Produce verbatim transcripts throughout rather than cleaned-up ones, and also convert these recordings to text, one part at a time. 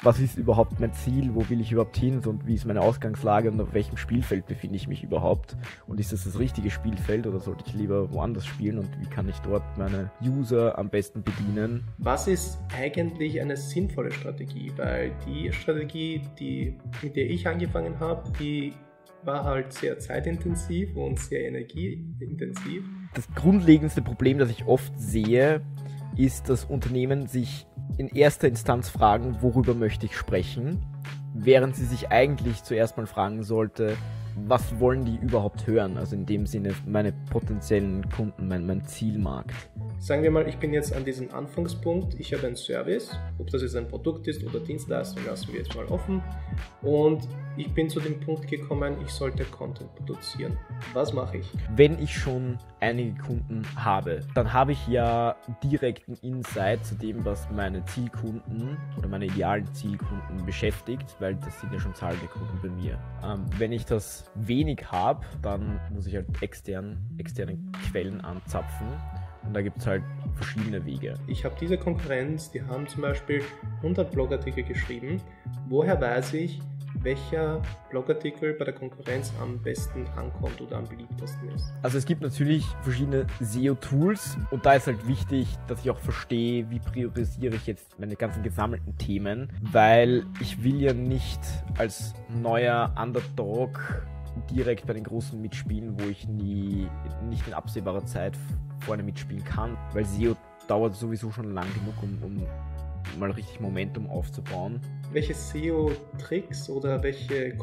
was ist überhaupt mein Ziel, wo will ich überhaupt hin und wie ist meine Ausgangslage und auf welchem Spielfeld befinde ich mich überhaupt und ist das das richtige Spielfeld oder sollte ich lieber woanders spielen und wie kann ich dort meine User am besten bedienen. Was ist eigentlich eine sinnvolle Strategie? Weil die Strategie, die, mit der ich angefangen habe, die war halt sehr zeitintensiv und sehr energieintensiv. Das grundlegendste Problem, das ich oft sehe, ist, dass Unternehmen sich in erster Instanz fragen, worüber möchte ich sprechen, während sie sich eigentlich zuerst mal fragen sollte, was wollen die überhaupt hören? Also in dem Sinne meine potenziellen Kunden, mein, mein Zielmarkt. Sagen wir mal, ich bin jetzt an diesem Anfangspunkt, ich habe einen Service, ob das jetzt ein Produkt ist oder Dienstleistung, lassen wir jetzt mal offen. Und ich bin zu dem Punkt gekommen, ich sollte Content produzieren. Was mache ich? Wenn ich schon einige Kunden habe, dann habe ich ja direkten Insight zu dem, was meine Zielkunden oder meine idealen Zielkunden beschäftigt, weil das sind ja schon zahlende Kunden bei mir. Ähm, wenn ich das wenig habe, dann muss ich halt extern, externe Quellen anzapfen. Und da gibt es halt verschiedene Wege. Ich habe diese Konkurrenz, die haben zum Beispiel hundert Blogartikel geschrieben. Woher weiß ich, welcher Blogartikel bei der Konkurrenz am besten ankommt oder am beliebtesten ist? Also es gibt natürlich verschiedene S E O-Tools und da ist halt wichtig, dass ich auch verstehe, wie priorisiere ich jetzt meine ganzen gesammelten Themen, weil ich will ja nicht als neuer Underdog direkt bei den Großen mitspielen, wo ich nie, nicht in absehbarer Zeit vorne mitspielen kann, weil S E O dauert sowieso schon lang genug, um, um mal richtig Momentum aufzubauen. Welche S E O-Tricks oder welche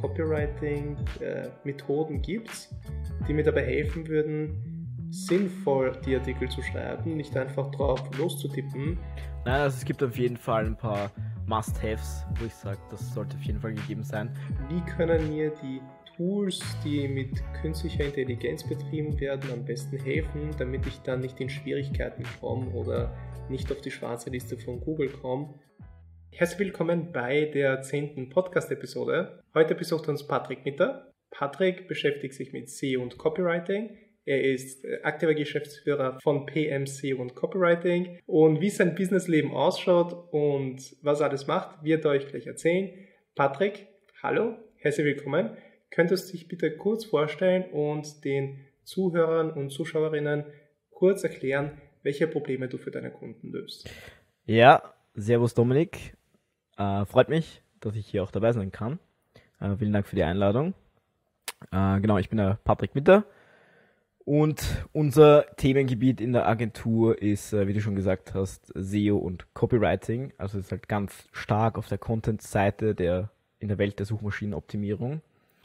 Copywriting-Methoden gibt es, die mir dabei helfen würden, sinnvoll die Artikel zu schreiben, nicht einfach drauf loszutippen? Nein, also es gibt auf jeden Fall ein paar Must-Haves, wo ich sage, das sollte auf jeden Fall gegeben sein. Wie können mir die Tools, die mit künstlicher Intelligenz betrieben werden, am besten helfen, damit ich dann nicht in Schwierigkeiten komme oder nicht auf die schwarze Liste von Google komme? Herzlich willkommen bei der zehnten Podcast-Episode. Heute besucht uns Patrick Mitter. Patrick beschäftigt sich mit S E O und Copywriting. Er ist aktiver Geschäftsführer von P M S E O und Copywriting. Und wie sein Businessleben ausschaut und was er alles macht, wird er euch gleich erzählen. Patrick, hallo, herzlich willkommen. Könntest du dich bitte kurz vorstellen und den Zuhörern und Zuschauerinnen kurz erklären, welche Probleme du für deine Kunden löst? Ja, servus Dominik. Äh, freut mich, dass ich hier auch dabei sein kann. Äh, vielen Dank für die Einladung. Äh, genau, ich bin der Patrick Mitter und unser Themengebiet in der Agentur ist, äh, wie du schon gesagt hast, S E O und Copywriting. Also es ist halt ganz stark auf der Content-Seite der in der Welt der Suchmaschinenoptimierung.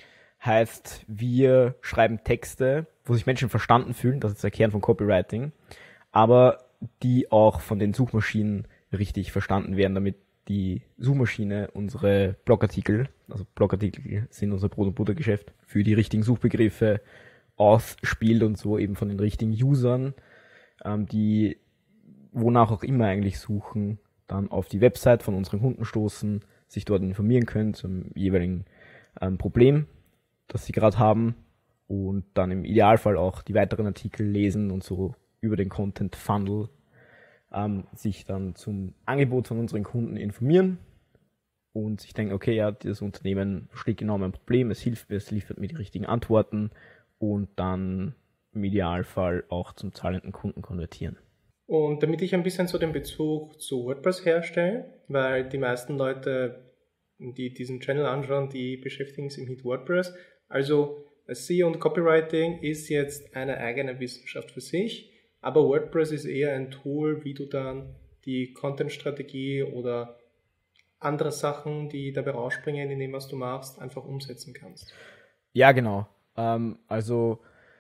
Heißt, wir schreiben Texte, wo sich Menschen verstanden fühlen, das ist der Kern von Copywriting, aber die auch von den Suchmaschinen richtig verstanden werden, damit die Suchmaschine unsere Blogartikel, also Blogartikel sind unser Brot- und Buttergeschäft, für die richtigen Suchbegriffe ausspielt und so eben von den richtigen Usern, ähm, die wonach auch immer eigentlich suchen, dann auf die Website von unseren Kunden stoßen, sich dort informieren können zum jeweiligen ähm, Problem, das sie gerade haben und dann im Idealfall auch die weiteren Artikel lesen und so über den Content Funnel ähm, sich dann zum Angebot von unseren Kunden informieren und sich denken, okay, ja, dieses Unternehmen schlägt genau mein Problem, es hilft mir, es liefert mir die richtigen Antworten und dann im Idealfall auch zum zahlenden Kunden konvertieren. Und damit ich ein bisschen so den Bezug zu WordPress herstelle, weil die meisten Leute, die diesen Channel anschauen, die beschäftigen sich mit WordPress. Also S E O und Copywriting ist jetzt eine eigene Wissenschaft für sich, aber WordPress ist eher ein Tool, wie du dann die Content-Strategie oder andere Sachen, die dabei rausspringen in dem, was du machst, einfach umsetzen kannst. Ja, genau. Ähm, also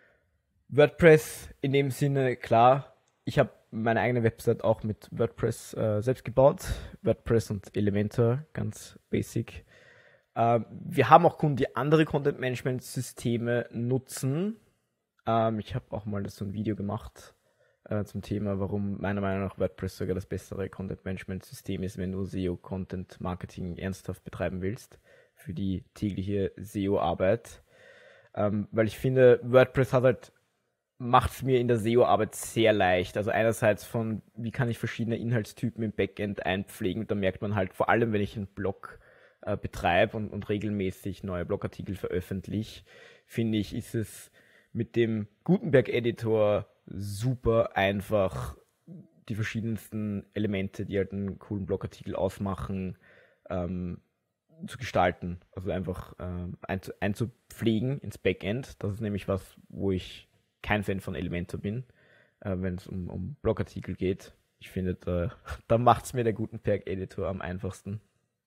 WordPress in dem Sinne, klar, ich habe meine eigene Website auch mit WordPress äh, selbst gebaut. WordPress und Elementor, ganz basic. Ähm, wir haben auch Kunden, die andere Content-Management-Systeme nutzen. Ähm, ich habe auch mal so ein Video gemacht äh, zum Thema, warum meiner Meinung nach WordPress sogar das bessere Content-Management-System ist, wenn du S E O-Content-Marketing ernsthaft betreiben willst für die tägliche S E O-Arbeit. Ähm, weil ich finde, WordPress hat halt macht es mir in der S E O-Arbeit sehr leicht. Also einerseits von, wie kann ich verschiedene Inhaltstypen im Backend einpflegen. Und da merkt man halt, vor allem wenn ich einen Blog äh, betreibe und, und regelmäßig neue Blogartikel veröffentliche, finde ich, ist es mit dem Gutenberg-Editor super einfach, die verschiedensten Elemente, die halt einen coolen Blogartikel ausmachen, ähm, zu gestalten. Also einfach ähm, einzu, einzupflegen ins Backend. Das ist nämlich was, wo ich kein Fan von Elementor bin, äh, wenn es um, um Blogartikel geht. Ich finde, da, da macht es mir der Gutenberg-Editor am einfachsten.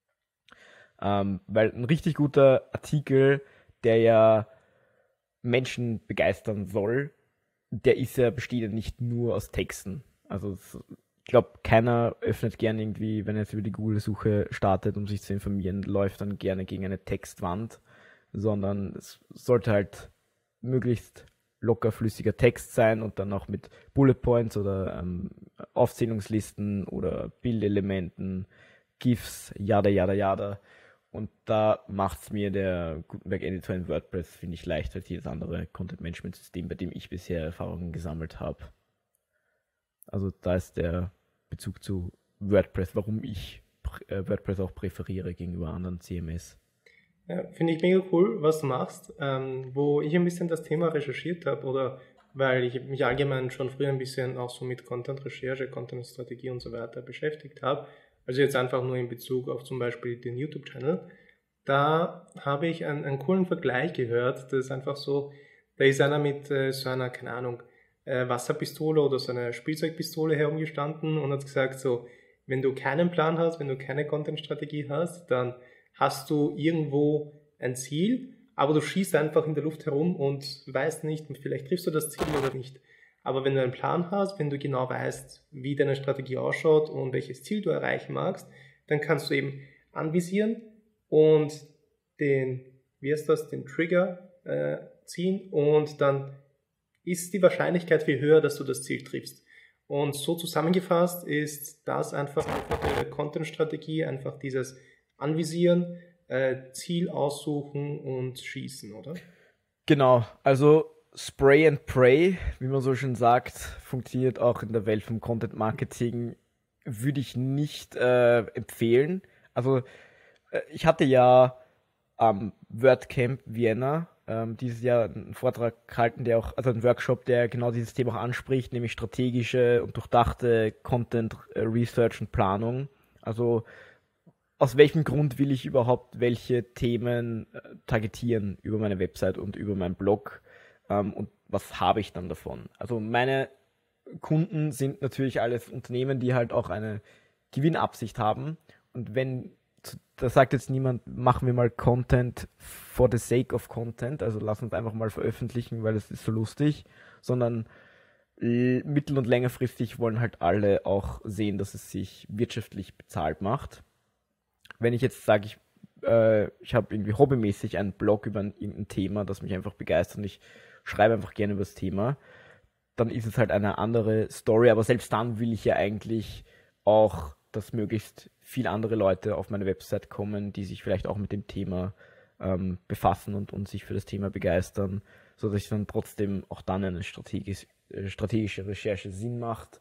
Ähm, weil ein richtig guter Artikel, der ja Menschen begeistern soll, der ist ja, besteht ja nicht nur aus Texten. Also ich glaube, keiner öffnet gern irgendwie, wenn er jetzt über die Google-Suche startet, um sich zu informieren, läuft dann gerne gegen eine Textwand, sondern es sollte halt möglichst locker flüssiger Text sein und dann auch mit Bullet Points oder ähm, Aufzählungslisten oder Bildelementen, GIFs, yada yada yada. Und da macht es mir der Gutenberg-Editor in WordPress, finde ich, leichter als jedes andere Content-Management-System, bei dem ich bisher Erfahrungen gesammelt habe. Also da ist der Bezug zu WordPress, warum ich äh, WordPress auch präferiere gegenüber anderen C M S. Ja, finde ich mega cool, was du machst. Ähm, wo ich ein bisschen das Thema recherchiert habe, oder weil ich mich allgemein schon früher ein bisschen auch so mit Content-Recherche, Content-Strategie und so weiter beschäftigt habe, also jetzt einfach nur in Bezug auf zum Beispiel den YouTube-Channel, da habe ich einen, einen coolen Vergleich gehört, das ist einfach so, da ist einer mit äh, so einer, keine Ahnung, äh, Wasserpistole oder so einer Spielzeugpistole herumgestanden und hat gesagt so, wenn du keinen Plan hast, wenn du keine Content-Strategie hast, dann hast du irgendwo ein Ziel, aber du schießt einfach in der Luft herum und weißt nicht, vielleicht triffst du das Ziel oder nicht. Aber wenn du einen Plan hast, wenn du genau weißt, wie deine Strategie ausschaut und welches Ziel du erreichen magst, dann kannst du eben anvisieren und den, wie heißt das, den Trigger äh, ziehen und dann ist die Wahrscheinlichkeit viel höher, dass du das Ziel triffst. Und so zusammengefasst ist das einfach eine Content-Strategie, einfach dieses Anvisieren, äh, Ziel aussuchen und schießen, oder? Genau, also Spray and Pray, wie man so schön sagt, funktioniert auch in der Welt vom Content Marketing, würde ich nicht äh, empfehlen. Also äh, ich hatte ja am WordCamp Vienna ähm, dieses Jahr einen Vortrag gehalten, der auch, also einen Workshop, der genau dieses Thema auch anspricht, nämlich strategische und durchdachte Content Research und Planung. Also aus welchem Grund will ich überhaupt welche Themen äh, targetieren über meine Website und über meinen Blog ähm, und was habe ich dann davon? Also meine Kunden sind natürlich alles Unternehmen, die halt auch eine Gewinnabsicht haben und wenn, da sagt jetzt niemand, machen wir mal Content for the sake of Content, also lass uns einfach mal veröffentlichen, weil es ist so lustig, sondern mittel- und längerfristig wollen halt alle auch sehen, dass es sich wirtschaftlich bezahlt macht. Wenn ich jetzt sage, ich, äh, ich habe irgendwie hobbymäßig einen Blog über ein, irgendein Thema, das mich einfach begeistert und ich schreibe einfach gerne über das Thema, dann ist es halt eine andere Story, aber selbst dann will ich ja eigentlich auch, dass möglichst viele andere Leute auf meine Website kommen, die sich vielleicht auch mit dem Thema ähm, befassen und, und sich für das Thema begeistern, sodass ich dann trotzdem auch dann eine strategisch, äh, strategische Recherche Sinn macht,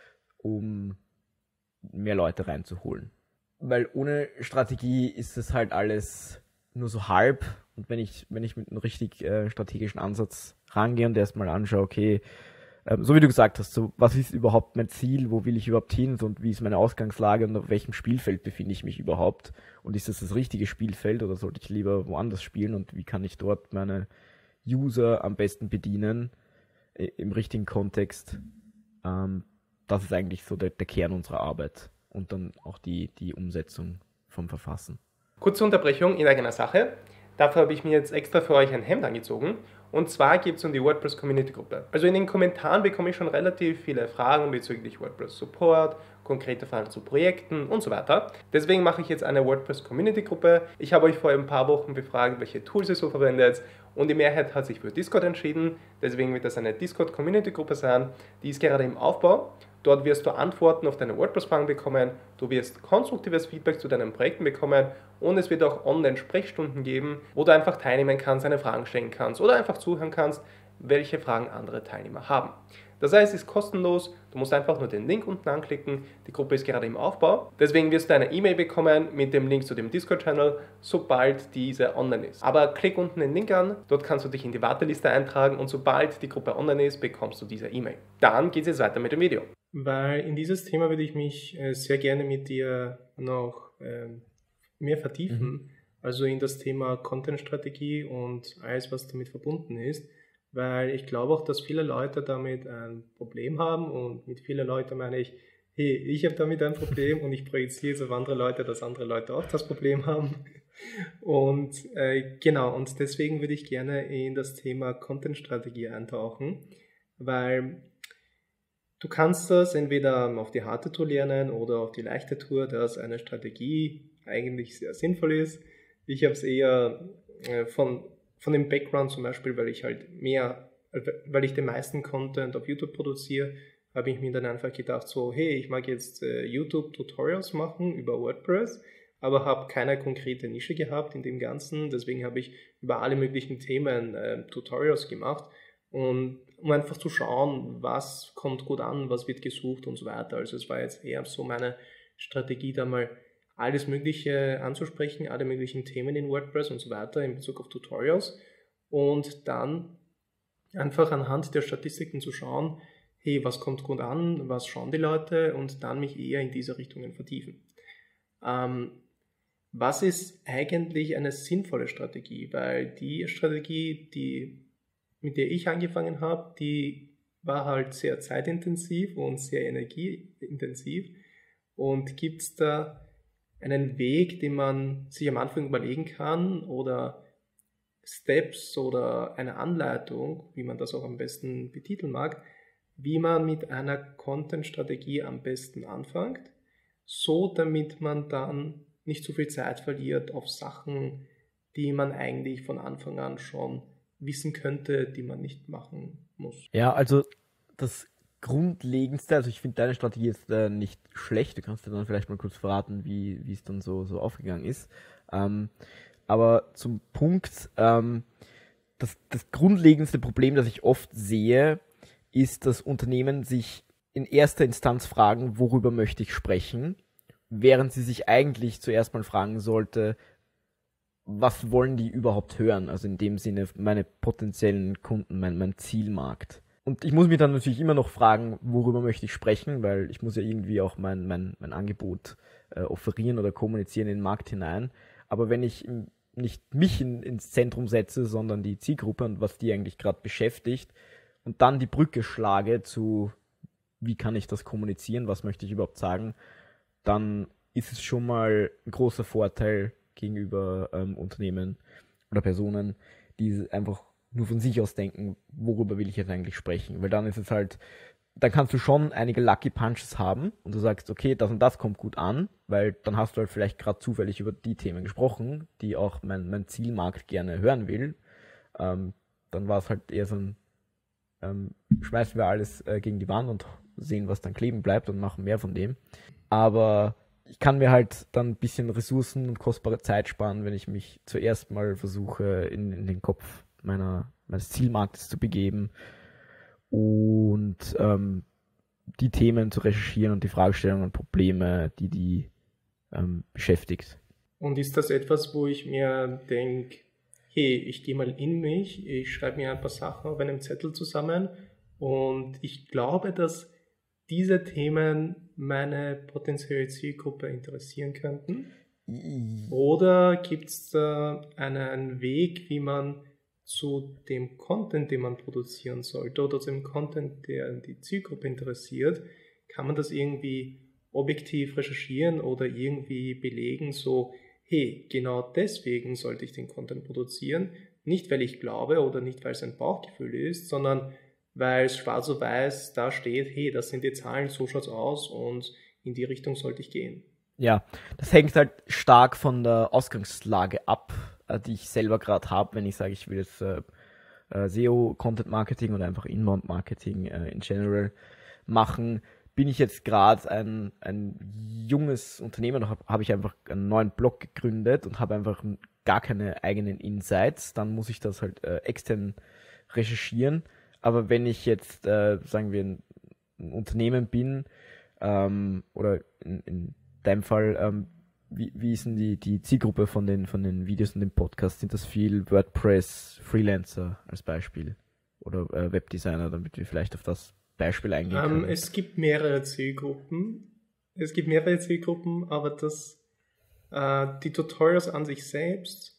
um mehr Leute reinzuholen. Weil ohne Strategie ist es halt alles nur so halb. Und wenn ich, wenn ich mit einem richtig äh, strategischen Ansatz rangehe und erstmal anschaue, okay, ähm, so wie du gesagt hast, so was ist überhaupt mein Ziel, wo will ich überhaupt hin und wie ist meine Ausgangslage und auf welchem Spielfeld befinde ich mich überhaupt und ist das das richtige Spielfeld oder sollte ich lieber woanders spielen und wie kann ich dort meine User am besten bedienen äh, im richtigen Kontext. Ähm, das ist eigentlich so der, der Kern unserer Arbeit. Und dann auch die, die Umsetzung vom Verfassen. Kurze Unterbrechung in eigener Sache. Dafür habe ich mir jetzt extra für euch ein Hemd angezogen. Und zwar geht es um die WordPress Community Gruppe. Also in den Kommentaren bekomme ich schon relativ viele Fragen bezüglich WordPress Support, konkrete Fragen zu Projekten und so weiter. Deswegen mache ich jetzt eine WordPress Community Gruppe. Ich habe euch vor ein paar Wochen befragt, welche Tools ihr so verwendet. Und die Mehrheit hat sich für Discord entschieden. Deswegen wird das eine Discord Community Gruppe sein. Die ist gerade im Aufbau. Dort wirst du Antworten auf deine WordPress-Fragen bekommen, du wirst konstruktives Feedback zu deinen Projekten bekommen und es wird auch Online-Sprechstunden geben, wo du einfach teilnehmen kannst, deine Fragen stellen kannst oder einfach zuhören kannst, welche Fragen andere Teilnehmer haben. Das heißt, es ist kostenlos, du musst einfach nur den Link unten anklicken, die Gruppe ist gerade im Aufbau. Deswegen wirst du eine E-Mail bekommen mit dem Link zu dem Discord-Channel, sobald diese online ist. Aber klick unten den Link an, dort kannst du dich in die Warteliste eintragen und sobald die Gruppe online ist, bekommst du diese E-Mail. Dann geht es jetzt weiter mit dem Video. Weil in dieses Thema würde ich mich sehr gerne mit dir noch mehr vertiefen, mhm. also in das Thema Content-Strategie und alles, was damit verbunden ist. Weil ich glaube auch, dass viele Leute damit ein Problem haben und mit vielen Leuten meine ich, hey, ich habe damit ein Problem und ich projiziere es auf andere Leute, dass andere Leute auch das Problem haben. Und äh, genau, und deswegen würde ich gerne in das Thema Content-Strategie eintauchen, weil du kannst das entweder auf die harte Tour lernen oder auf die leichte Tour, dass eine Strategie eigentlich sehr sinnvoll ist. Ich habe es eher äh, von Von dem Background zum Beispiel, weil ich halt mehr, weil ich den meisten Content auf YouTube produziere, habe ich mir dann einfach gedacht, so, hey, ich mag jetzt äh, YouTube-Tutorials machen über WordPress, aber habe keine konkrete Nische gehabt in dem Ganzen. Deswegen habe ich über alle möglichen Themen äh, Tutorials gemacht, und, um einfach zu schauen, was kommt gut an, was wird gesucht und so weiter. Also es war jetzt eher so meine Strategie, da mal alles Mögliche anzusprechen, alle möglichen Themen in WordPress und so weiter in Bezug auf Tutorials und dann einfach anhand der Statistiken zu schauen, hey, was kommt gut an, was schauen die Leute, und dann mich eher in diese Richtungen vertiefen. Ähm, was ist eigentlich eine sinnvolle Strategie? Weil die Strategie, die, mit der ich angefangen habe, die war halt sehr zeitintensiv und sehr energieintensiv, und gibt es da einen Weg, den man sich am Anfang überlegen kann, oder Steps oder eine Anleitung, wie man das auch am besten betiteln mag, wie man mit einer Content-Strategie am besten anfängt, so damit man dann nicht zu viel Zeit verliert auf Sachen, die man eigentlich von Anfang an schon wissen könnte, die man nicht machen muss. Ja, also das Grundlegendste, also ich finde deine Strategie ist äh, nicht schlecht, du kannst dir dann vielleicht mal kurz verraten, wie wie es dann so so aufgegangen ist. Ähm, aber zum Punkt, ähm, das, das grundlegendste Problem, das ich oft sehe, ist, dass Unternehmen sich in erster Instanz fragen, worüber möchte ich sprechen, während sie sich eigentlich zuerst mal fragen sollte, was wollen die überhaupt hören? Also in dem Sinne meine potenziellen Kunden, mein, mein Zielmarkt. Und ich muss mich dann natürlich immer noch fragen, worüber möchte ich sprechen, weil ich muss ja irgendwie auch mein, mein, mein Angebot äh, offerieren oder kommunizieren in den Markt hinein. Aber wenn ich nicht mich in, ins Zentrum setze, sondern die Zielgruppe und was die eigentlich gerade beschäftigt und dann die Brücke schlage zu, wie kann ich das kommunizieren, was möchte ich überhaupt sagen, dann ist es schon mal ein großer Vorteil gegenüber ähm, Unternehmen oder Personen, die einfach nur von sich aus denken, worüber will ich jetzt eigentlich sprechen, weil dann ist es halt, dann kannst du schon einige Lucky Punches haben und du sagst, okay, das und das kommt gut an, weil dann hast du halt vielleicht gerade zufällig über die Themen gesprochen, die auch mein, mein Zielmarkt gerne hören will. Ähm, dann war es halt eher so ein, ähm, schmeißen wir alles äh, gegen die Wand und sehen, was dann kleben bleibt und machen mehr von dem. Aber ich kann mir halt dann ein bisschen Ressourcen und kostbare Zeit sparen, wenn ich mich zuerst mal versuche, in, in den Kopf meiner, meines Zielmarktes zu begeben und ähm, die Themen zu recherchieren und die Fragestellungen und Probleme, die die ähm, beschäftigt. Und ist das etwas, wo ich mir denke, hey, ich gehe mal in mich, ich schreibe mir ein paar Sachen auf einem Zettel zusammen und ich glaube, dass diese Themen meine potenzielle Zielgruppe interessieren könnten? Oder gibt es da einen Weg, wie man zu dem Content, den man produzieren sollte, oder zu dem Content, der die Zielgruppe interessiert, kann man das irgendwie objektiv recherchieren oder irgendwie belegen, so, hey, genau deswegen sollte ich den Content produzieren, nicht weil ich glaube oder nicht weil es ein Bauchgefühl ist, sondern weil es schwarz auf weiß da steht, hey, das sind die Zahlen, so schaut's aus und in die Richtung sollte ich gehen. Ja, das hängt halt stark von der Ausgangslage ab, die ich selber gerade habe, wenn ich sage, ich will jetzt äh, S E O, Content Marketing oder einfach Inbound Marketing äh, in general machen. Bin ich jetzt gerade ein, ein junges Unternehmen, habe hab ich einfach einen neuen Blog gegründet und habe einfach gar keine eigenen Insights, dann muss ich das halt äh, extern recherchieren. Aber wenn ich jetzt, äh, sagen wir, ein, ein Unternehmen bin, ähm, oder in, in deinem Fall, ähm, wie, wie ist denn die, die Zielgruppe von den, von den Videos und den Podcasts? Sind das viel WordPress-Freelancer als Beispiel? Oder äh, Webdesigner, damit wir vielleicht auf das Beispiel eingehen Ähm, können? es gibt mehrere Zielgruppen. Es gibt mehrere Zielgruppen, aber das, äh, die Tutorials an sich selbst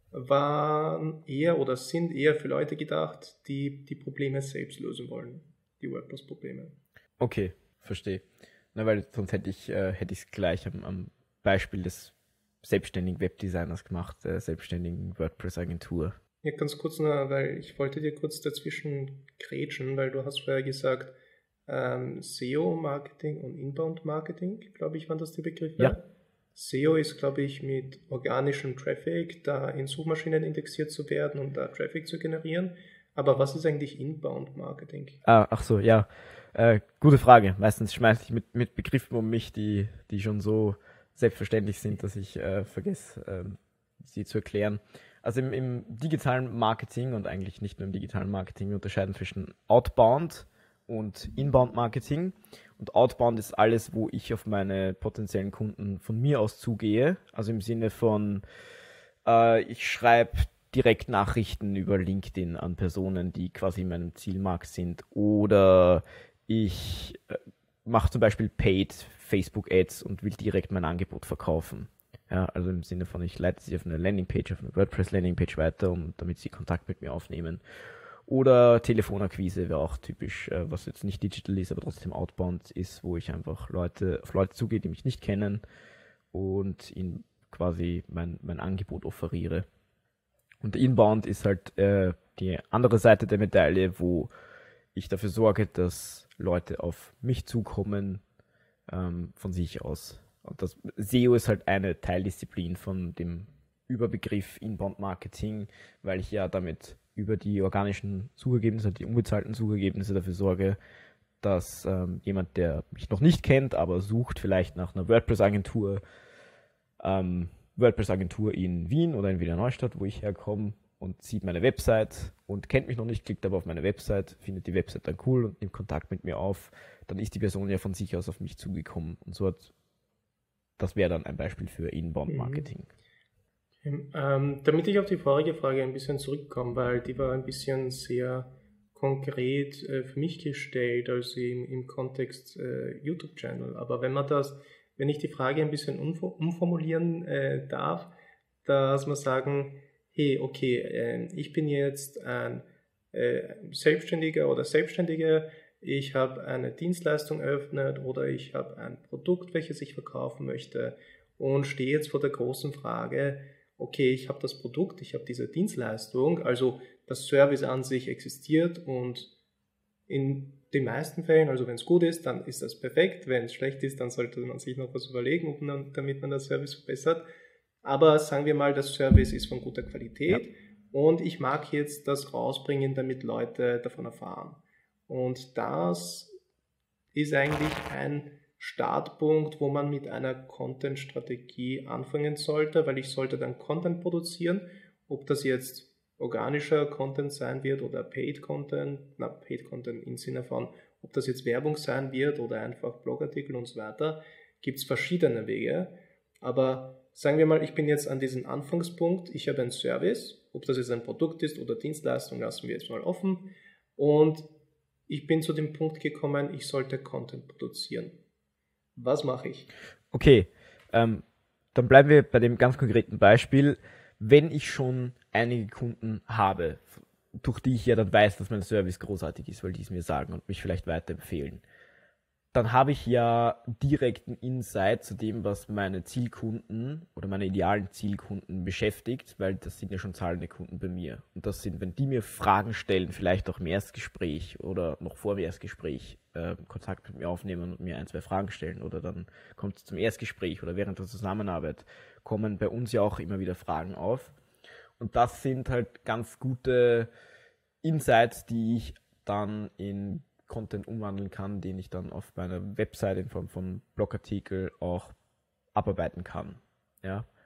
waren eher oder sind eher für Leute gedacht, die die Probleme selbst lösen wollen. Die WordPress-Probleme. Okay, verstehe. Na, weil sonst hätte ich äh, hätte ich es gleich am, am Beispiel des selbstständigen Webdesigners gemacht, der selbstständigen WordPress-Agentur. Ja, ganz kurz nur, weil ich wollte dir kurz dazwischen grätschen, weil du hast vorher gesagt, ähm, S E O-Marketing und Inbound-Marketing, glaube ich, waren das die Begriffe. Ja. S E O ist, glaube ich, mit organischem Traffic, da in Suchmaschinen indexiert zu werden und da Traffic zu generieren. Aber was ist eigentlich Inbound-Marketing? Ah, ach so, ja. Äh, gute Frage. Meistens schmeiße ich mit, mit Begriffen um mich, die, die schon so selbstverständlich sind, dass ich äh, vergesse, ähm, sie zu erklären. Also im, im digitalen Marketing und eigentlich nicht nur im digitalen Marketing, wir unterscheiden zwischen Outbound und Inbound Marketing. Und Outbound ist alles, wo ich auf meine potenziellen Kunden von mir aus zugehe. Also im Sinne von, äh, ich schreibe direkt Nachrichten über LinkedIn an Personen, die quasi in meinem Zielmarkt sind. Oder ich äh, mache zum Beispiel Paid Facebook Ads und will direkt mein Angebot verkaufen. Ja, also im Sinne von, ich leite sie auf eine Landingpage, auf eine WordPress Landingpage weiter, um, damit sie Kontakt mit mir aufnehmen. Oder Telefonakquise wäre auch typisch, äh, was jetzt nicht digital ist, aber trotzdem outbound ist, wo ich einfach Leute, auf Leute zugehe, die mich nicht kennen und ihnen quasi mein, mein Angebot offeriere. Und inbound ist halt äh, die andere Seite der Medaille, wo ich dafür sorge, dass Leute auf mich zukommen, ähm, von sich aus. Und das S E O ist halt eine Teildisziplin von dem Überbegriff Inbound Marketing, weil ich ja damit über die organischen Suchergebnisse, die unbezahlten Suchergebnisse dafür sorge, dass ähm, jemand, der mich noch nicht kennt, aber sucht vielleicht nach einer WordPress-Agentur, ähm, WordPress-Agentur in Wien oder in Wiener Neustadt, wo ich herkomme, und sieht meine Website und kennt mich noch nicht, klickt aber auf meine Website, findet die Website dann cool und nimmt Kontakt mit mir auf, dann ist die Person ja von sich aus auf mich zugekommen. Und so hat, das wäre dann ein Beispiel für Inbound-Marketing. Mhm. Ähm, damit ich auf die vorige Frage ein bisschen zurückkomme, weil die war ein bisschen sehr konkret äh, für mich gestellt, also im, im Kontext äh, YouTube-Channel. Aber wenn man das, wenn ich die Frage ein bisschen umformulieren äh, darf, dass man sagen, hey, okay, äh, ich bin jetzt ein äh, Selbstständiger oder Selbstständige, ich habe eine Dienstleistung eröffnet oder ich habe ein Produkt, welches ich verkaufen möchte und stehe jetzt vor der großen Frage, okay, ich habe das Produkt, ich habe diese Dienstleistung, also das Service an sich existiert und in den meisten Fällen, also wenn es gut ist, dann ist das perfekt, wenn es schlecht ist, dann sollte man sich noch was überlegen, man, damit man das Service verbessert. Aber sagen wir mal, das Service ist von guter Qualität, ja, und ich mag jetzt das rausbringen, damit Leute davon erfahren. Und das ist eigentlich ein Startpunkt, wo man mit einer Content-Strategie anfangen sollte, weil ich sollte dann Content produzieren, ob das jetzt organischer Content sein wird oder Paid Content, na Paid Content im Sinne von, ob das jetzt Werbung sein wird oder einfach Blogartikel und so weiter, gibt es verschiedene Wege. Aber sagen wir mal, ich bin jetzt an diesem Anfangspunkt, ich habe einen Service, ob das jetzt ein Produkt ist oder Dienstleistung, lassen wir jetzt mal offen, und ich bin zu dem Punkt gekommen, ich sollte Content produzieren. Was mache ich? Okay, ähm, dann bleiben wir bei dem ganz konkreten Beispiel. Wenn ich schon einige Kunden habe, durch die ich ja dann weiß, dass mein Service großartig ist, weil die es mir sagen und mich vielleicht weiterempfehlen, dann habe ich ja direkten Insight zu dem, was meine Zielkunden oder meine idealen Zielkunden beschäftigt, weil das sind ja schon zahlende Kunden bei mir. Und das sind, wenn die mir Fragen stellen, vielleicht auch im Erstgespräch oder noch vor dem Erstgespräch äh, Kontakt mit mir aufnehmen und mir ein, zwei Fragen stellen, oder dann kommt es zum Erstgespräch oder während der Zusammenarbeit, kommen bei uns ja auch immer wieder Fragen auf. Und das sind halt ganz gute Insights, die ich dann in Content umwandeln kann, den ich dann auf meiner Website in Form von Blogartikel auch abarbeiten kann. Ja?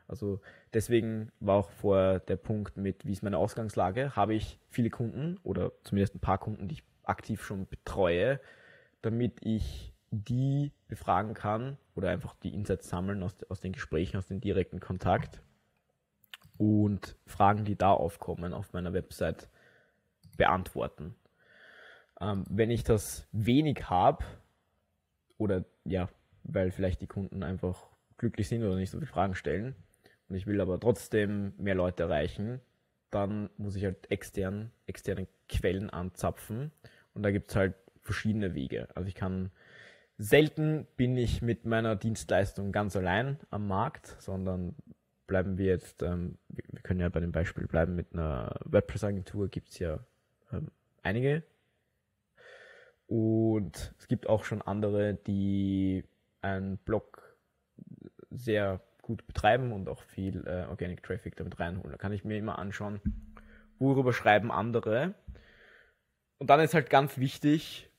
Also deswegen war auch vor der Punkt mit, wie ist meine Ausgangslage, habe ich viele Kunden oder zumindest ein paar Kunden, die ich aktiv schon betreue, damit ich die befragen kann oder einfach die Insights sammeln aus, aus den Gesprächen, aus dem direkten Kontakt und Fragen, die da aufkommen, auf meiner Website beantworten. Ähm, wenn ich das wenig habe oder ja, weil vielleicht die Kunden einfach glücklich sind oder nicht so viele Fragen stellen und ich will aber trotzdem mehr Leute erreichen, dann muss ich halt extern, externe Quellen anzapfen und da gibt es halt verschiedene Wege. Also ich kann, selten bin ich mit meiner Dienstleistung ganz allein am Markt, sondern bleiben wir jetzt, ähm, wir können ja bei dem Beispiel bleiben, mit einer WordPress-Agentur gibt es ja ähm, einige und es gibt auch schon andere, die einen Blog sehr gut betreiben und auch viel äh, Organic Traffic damit reinholen. Da kann ich mir immer anschauen, worüber schreiben andere. Und dann ist halt ganz wichtig,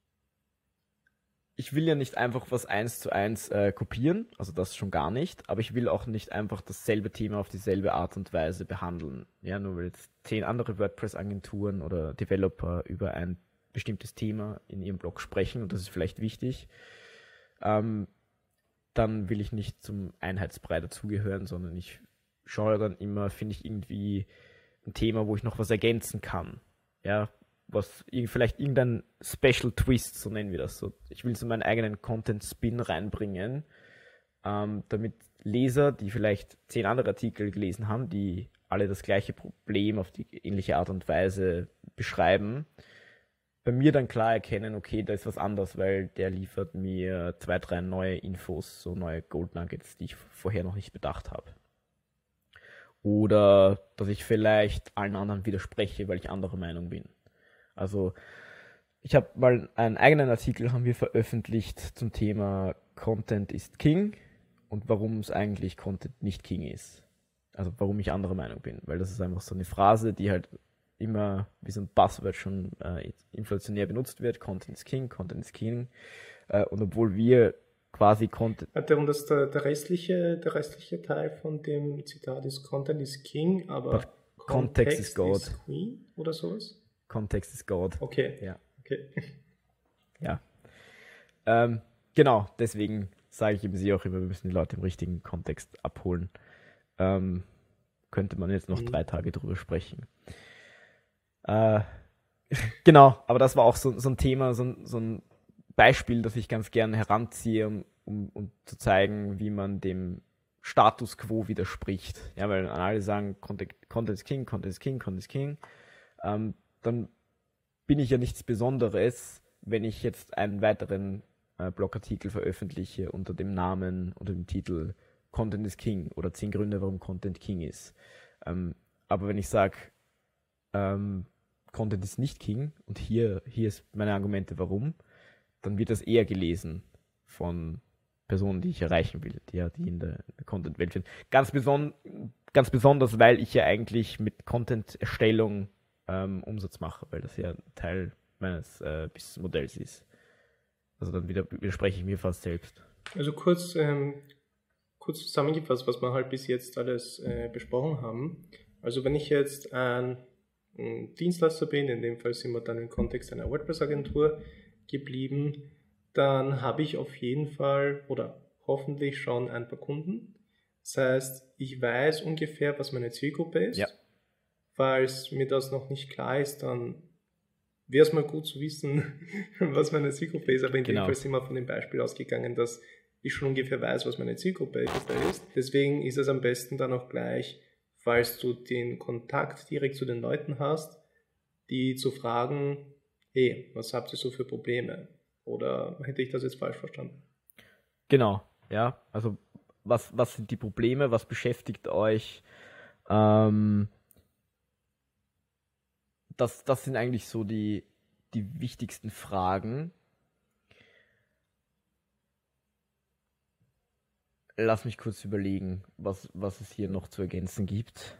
ich will ja nicht einfach was eins zu eins äh, kopieren, also das schon gar nicht, aber ich will auch nicht einfach dasselbe Thema auf dieselbe Art und Weise behandeln. Ja, nur weil jetzt zehn andere WordPress-Agenturen oder Developer über ein bestimmtes Thema in ihrem Blog sprechen und das ist vielleicht wichtig, ähm, dann will ich nicht zum Einheitsbrei dazugehören, sondern ich schaue dann immer, finde ich irgendwie ein Thema, wo ich noch was ergänzen kann. Ja, was vielleicht irgendein Special Twist, so nennen wir das so. Ich will so meinen eigenen Content-Spin reinbringen, ähm, damit Leser, die vielleicht zehn andere Artikel gelesen haben, die alle das gleiche Problem auf die ähnliche Art und Weise beschreiben, bei mir dann klar erkennen, okay, da ist was anderes, weil der liefert mir zwei, drei neue Infos, so neue Gold Nuggets, die ich vorher noch nicht bedacht habe. Oder dass ich vielleicht allen anderen widerspreche, weil ich anderer Meinung bin. Also ich habe mal einen eigenen Artikel haben wir veröffentlicht zum Thema Content ist King und warum es eigentlich Content nicht King ist. Also warum ich anderer Meinung bin, weil das ist einfach so eine Phrase, die halt immer wie so ein Buzzword schon äh, inflationär benutzt wird. Content is King, Content is King. Äh, und obwohl wir quasi Content... Und das, der, der, restliche, der restliche Teil von dem Zitat ist Content is King, aber But Context is God. Is Queen oder sowas? Context is God. Okay. Ja. Okay. Ja. Ähm, genau, deswegen sage ich eben sie auch immer, wir müssen die Leute im richtigen Kontext abholen. Ähm, könnte man jetzt noch mhm. drei Tage drüber sprechen. Äh, genau, aber das war auch so, so ein Thema, so, so ein Beispiel, das ich ganz gerne heranziehe, um, um, um zu zeigen, wie man dem Status Quo widerspricht. Ja, weil alle sagen, Content, Content is King, Content is King, Content is King. Ähm, dann bin ich ja nichts Besonderes, wenn ich jetzt einen weiteren äh, Blogartikel veröffentliche unter dem Namen, unter dem Titel Content is King oder zehn Gründe, warum Content King ist. Ähm, aber wenn ich sage, ähm, Content ist nicht King und hier, hier ist meine Argumente, warum, dann wird das eher gelesen von Personen, die ich erreichen will, die ja die in der, der Content-Welt sind. Ganz, beson ganz besonders, weil ich ja eigentlich mit Content-Erstellung ähm, Umsatz mache, weil das ja Teil meines äh, Business-Modells ist. Also dann wieder widerspreche ich mir fast selbst. Also kurz, ähm, kurz zusammengefasst, was wir halt bis jetzt alles äh, besprochen haben. Also wenn ich jetzt ein Dienstleister bin, in dem Fall sind wir dann im Kontext einer WordPress-Agentur geblieben, dann habe ich auf jeden Fall oder hoffentlich schon ein paar Kunden. Das heißt, ich weiß ungefähr, was meine Zielgruppe ist. Ja. Falls mir das noch nicht klar ist, dann wäre es mal gut zu wissen, was meine Zielgruppe ist. Aber in genau. dem Fall sind wir von dem Beispiel ausgegangen, dass ich schon ungefähr weiß, was meine Zielgruppe ist. Deswegen ist es am besten dann auch gleich, falls du den Kontakt direkt zu den Leuten hast, die zu fragen, hey, was habt ihr so für Probleme? Oder hätte ich das jetzt falsch verstanden? Genau, ja. Also was, was sind die Probleme? Was beschäftigt euch? Ähm, das, das sind eigentlich so die, die wichtigsten Fragen. Lass mich kurz überlegen, was, was es hier noch zu ergänzen gibt.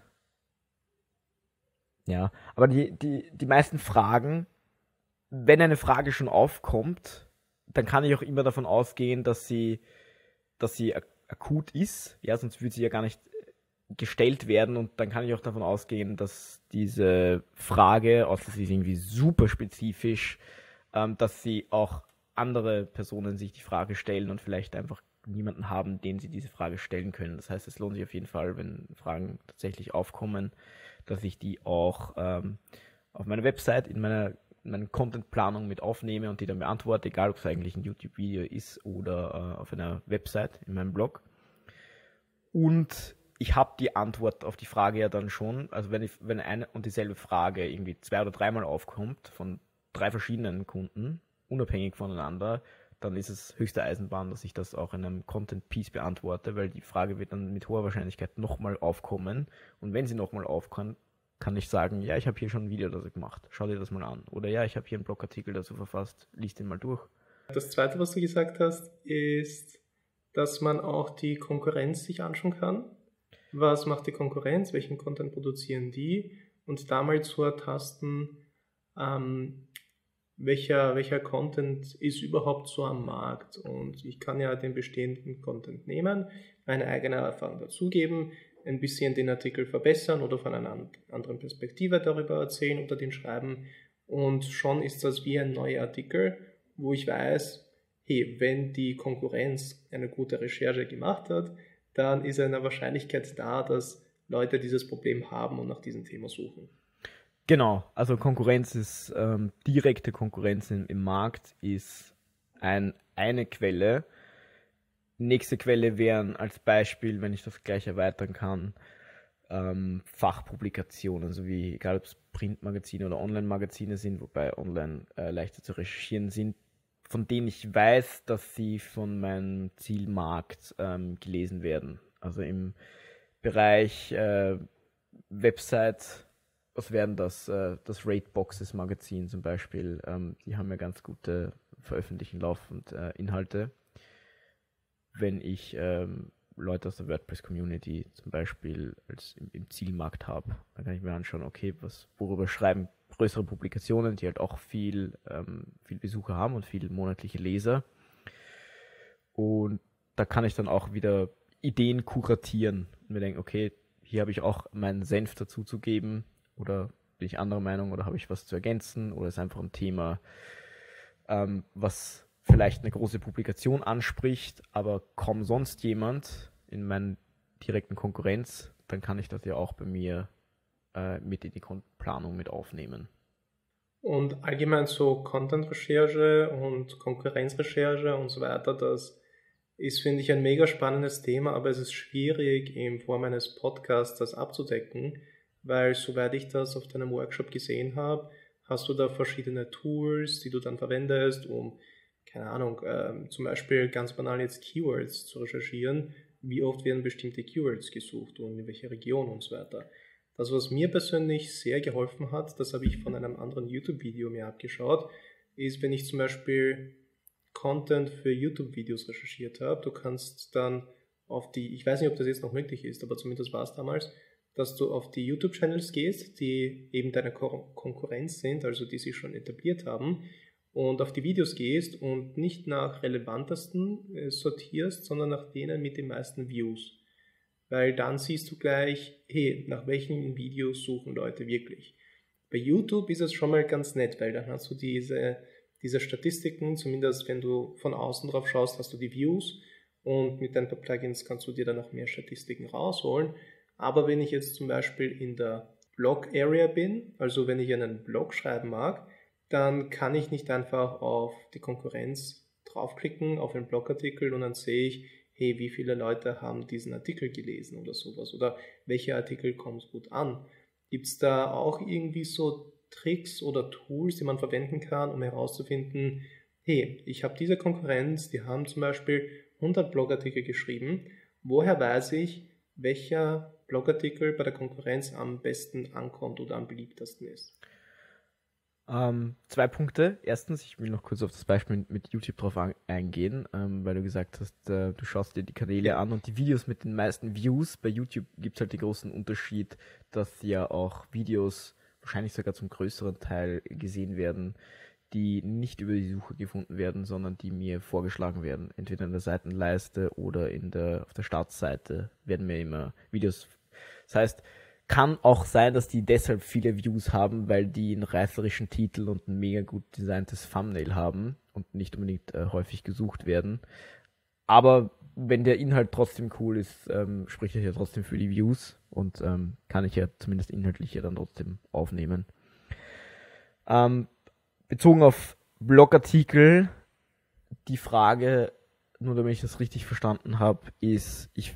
Ja, aber die, die, die meisten Fragen, wenn eine Frage schon aufkommt, dann kann ich auch immer davon ausgehen, dass sie, dass sie ak akut ist. Ja, sonst würde sie ja gar nicht gestellt werden und dann kann ich auch davon ausgehen, dass diese Frage, außer sie ist irgendwie super spezifisch, ähm, dass sie auch andere Personen sich die Frage stellen und vielleicht einfach niemanden haben, den sie diese Frage stellen können. Das heißt, es lohnt sich auf jeden Fall, wenn Fragen tatsächlich aufkommen, dass ich die auch ähm, auf meiner Website in meiner, in meiner Content-Planung mit aufnehme und die dann beantworte, egal ob es eigentlich ein YouTube-Video ist oder äh, auf einer Website in meinem Blog. Und ich habe die Antwort auf die Frage ja dann schon, also wenn, ich, wenn eine und dieselbe Frage irgendwie zwei oder dreimal aufkommt von drei verschiedenen Kunden, unabhängig voneinander, dann ist es höchste Eisenbahn, dass ich das auch in einem Content-Piece beantworte, weil die Frage wird dann mit hoher Wahrscheinlichkeit nochmal aufkommen. Und wenn sie nochmal aufkommt, kann ich sagen, ja, ich habe hier schon ein Video dazu gemacht, schau dir das mal an. Oder ja, ich habe hier einen Blogartikel dazu verfasst, lies den mal durch. Das Zweite, was du gesagt hast, ist, dass man auch die Konkurrenz sich anschauen kann. Was macht die Konkurrenz? Welchen Content produzieren die? Und da mal zu ertasten, ähm, welcher, welcher Content ist überhaupt so am Markt. Und ich kann ja den bestehenden Content nehmen, meine eigene Erfahrung dazugeben, ein bisschen den Artikel verbessern oder von einer anderen Perspektive darüber erzählen oder den schreiben. Und schon ist das wie ein neuer Artikel, wo ich weiß, hey, wenn die Konkurrenz eine gute Recherche gemacht hat, dann ist eine Wahrscheinlichkeit da, dass Leute dieses Problem haben und nach diesem Thema suchen. Genau, also Konkurrenz ist, ähm, direkte Konkurrenz im, im Markt ist ein, eine Quelle. Nächste Quelle wären als Beispiel, wenn ich das gleich erweitern kann, ähm, Fachpublikationen, so wie egal ob es Printmagazine oder Online-Magazine sind, wobei online äh, leichter zu recherchieren sind, von denen ich weiß, dass sie von meinem Zielmarkt ähm, gelesen werden. Also im Bereich äh, Website, was wären das? Äh, das Rateboxes Magazin zum Beispiel, ähm, die haben ja ganz gute veröffentlichen Lauf und äh, Inhalte. Wenn ich ähm, Leute aus der WordPress-Community zum Beispiel als im, im Zielmarkt habe, dann kann ich mir anschauen, okay, was, worüber schreiben größere Publikationen, die halt auch viel, ähm, viel Besucher haben und viele monatliche Leser. Und da kann ich dann auch wieder Ideen kuratieren und mir denken, okay, hier habe ich auch meinen Senf dazu zu geben oder bin ich anderer Meinung oder habe ich was zu ergänzen oder ist einfach ein Thema, ähm, was vielleicht eine große Publikation anspricht, aber kaum sonst jemand in meiner direkten Konkurrenz, dann kann ich das ja auch bei mir äh, mit in die Planung mit aufnehmen. Und allgemein so Content-Recherche und Konkurrenzrecherche und so weiter, das ist, finde ich, ein mega spannendes Thema, aber es ist schwierig, in Form eines Podcasts das abzudecken, weil soweit ich das auf deinem Workshop gesehen habe, hast du da verschiedene Tools, die du dann verwendest, um keine Ahnung, ähm, zum Beispiel ganz banal jetzt Keywords zu recherchieren, wie oft werden bestimmte Keywords gesucht und in welcher Region und so weiter. Das, was mir persönlich sehr geholfen hat, das habe ich von einem anderen YouTube-Video mir abgeschaut, ist, wenn ich zum Beispiel Content für YouTube-Videos recherchiert habe, du kannst dann auf die, ich weiß nicht, ob das jetzt noch möglich ist, aber zumindest war es damals, dass du auf die YouTube-Channels gehst, die eben deine Konkurrenz sind, also die sich schon etabliert haben, und auf die Videos gehst und nicht nach relevantesten äh, sortierst, sondern nach denen mit den meisten Views. Weil dann siehst du gleich, hey, nach welchen Videos suchen Leute wirklich. Bei YouTube ist es schon mal ganz nett, weil dann hast du diese, diese Statistiken, zumindest wenn du von außen drauf schaust, hast du die Views und mit ein paar Plugins kannst du dir dann noch mehr Statistiken rausholen. Aber wenn ich jetzt zum Beispiel in der Blog-Area bin, also wenn ich einen Blog schreiben mag, dann kann ich nicht einfach auf die Konkurrenz draufklicken, auf einen Blogartikel und dann sehe ich, hey, wie viele Leute haben diesen Artikel gelesen oder sowas oder welcher Artikel kommt gut an. Gibt es da auch irgendwie so Tricks oder Tools, die man verwenden kann, um herauszufinden, hey, ich habe diese Konkurrenz, die haben zum Beispiel hundert Blogartikel geschrieben, woher weiß ich, welcher Blogartikel bei der Konkurrenz am besten ankommt oder am beliebtesten ist? Ähm, zwei Punkte. Erstens, ich will noch kurz auf das Beispiel mit, mit YouTube drauf ein, eingehen, ähm, weil du gesagt hast, äh, du schaust dir die Kanäle an und die Videos mit den meisten Views. Bei YouTube gibt es halt den großen Unterschied, dass ja auch Videos wahrscheinlich sogar zum größeren Teil gesehen werden, die nicht über die Suche gefunden werden, sondern die mir vorgeschlagen werden. Entweder in der Seitenleiste oder in der, auf der Startseite werden mir immer Videos Das heißt, kann auch sein, dass die deshalb viele Views haben, weil die einen reißerischen Titel und ein mega gut designtes Thumbnail haben und nicht unbedingt äh, häufig gesucht werden. Aber wenn der Inhalt trotzdem cool ist, ähm, spricht das ja trotzdem für die Views und ähm, kann ich ja zumindest inhaltlich ja dann trotzdem aufnehmen. Ähm, bezogen auf Blogartikel, die Frage, nur damit ich das richtig verstanden habe, ist, ich,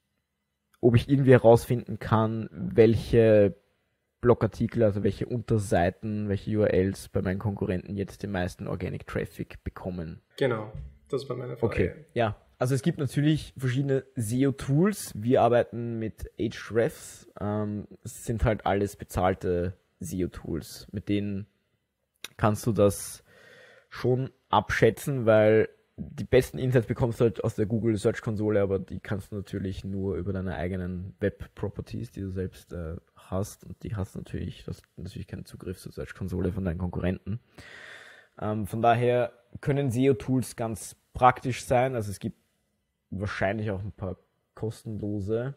ob ich irgendwie herausfinden kann, welche Blogartikel, also welche Unterseiten, welche U R Ls bei meinen Konkurrenten jetzt den meisten Organic Traffic bekommen. Genau, das war meine Frage. Okay, ja. Also es gibt natürlich verschiedene S E O-Tools. Wir arbeiten mit Ahrefs. Ähm, es sind halt alles bezahlte S E O-Tools. Mit denen kannst du das schon abschätzen, weil die besten Insights bekommst du halt aus der Google Search Konsole, aber die kannst du natürlich nur über deine eigenen Web Properties, die du selbst äh, hast, und die hast natürlich, das natürlich keinen Zugriff zur Search Konsole von deinen Konkurrenten. Ähm, von daher können S E O-Tools ganz praktisch sein, also es gibt wahrscheinlich auch ein paar kostenlose,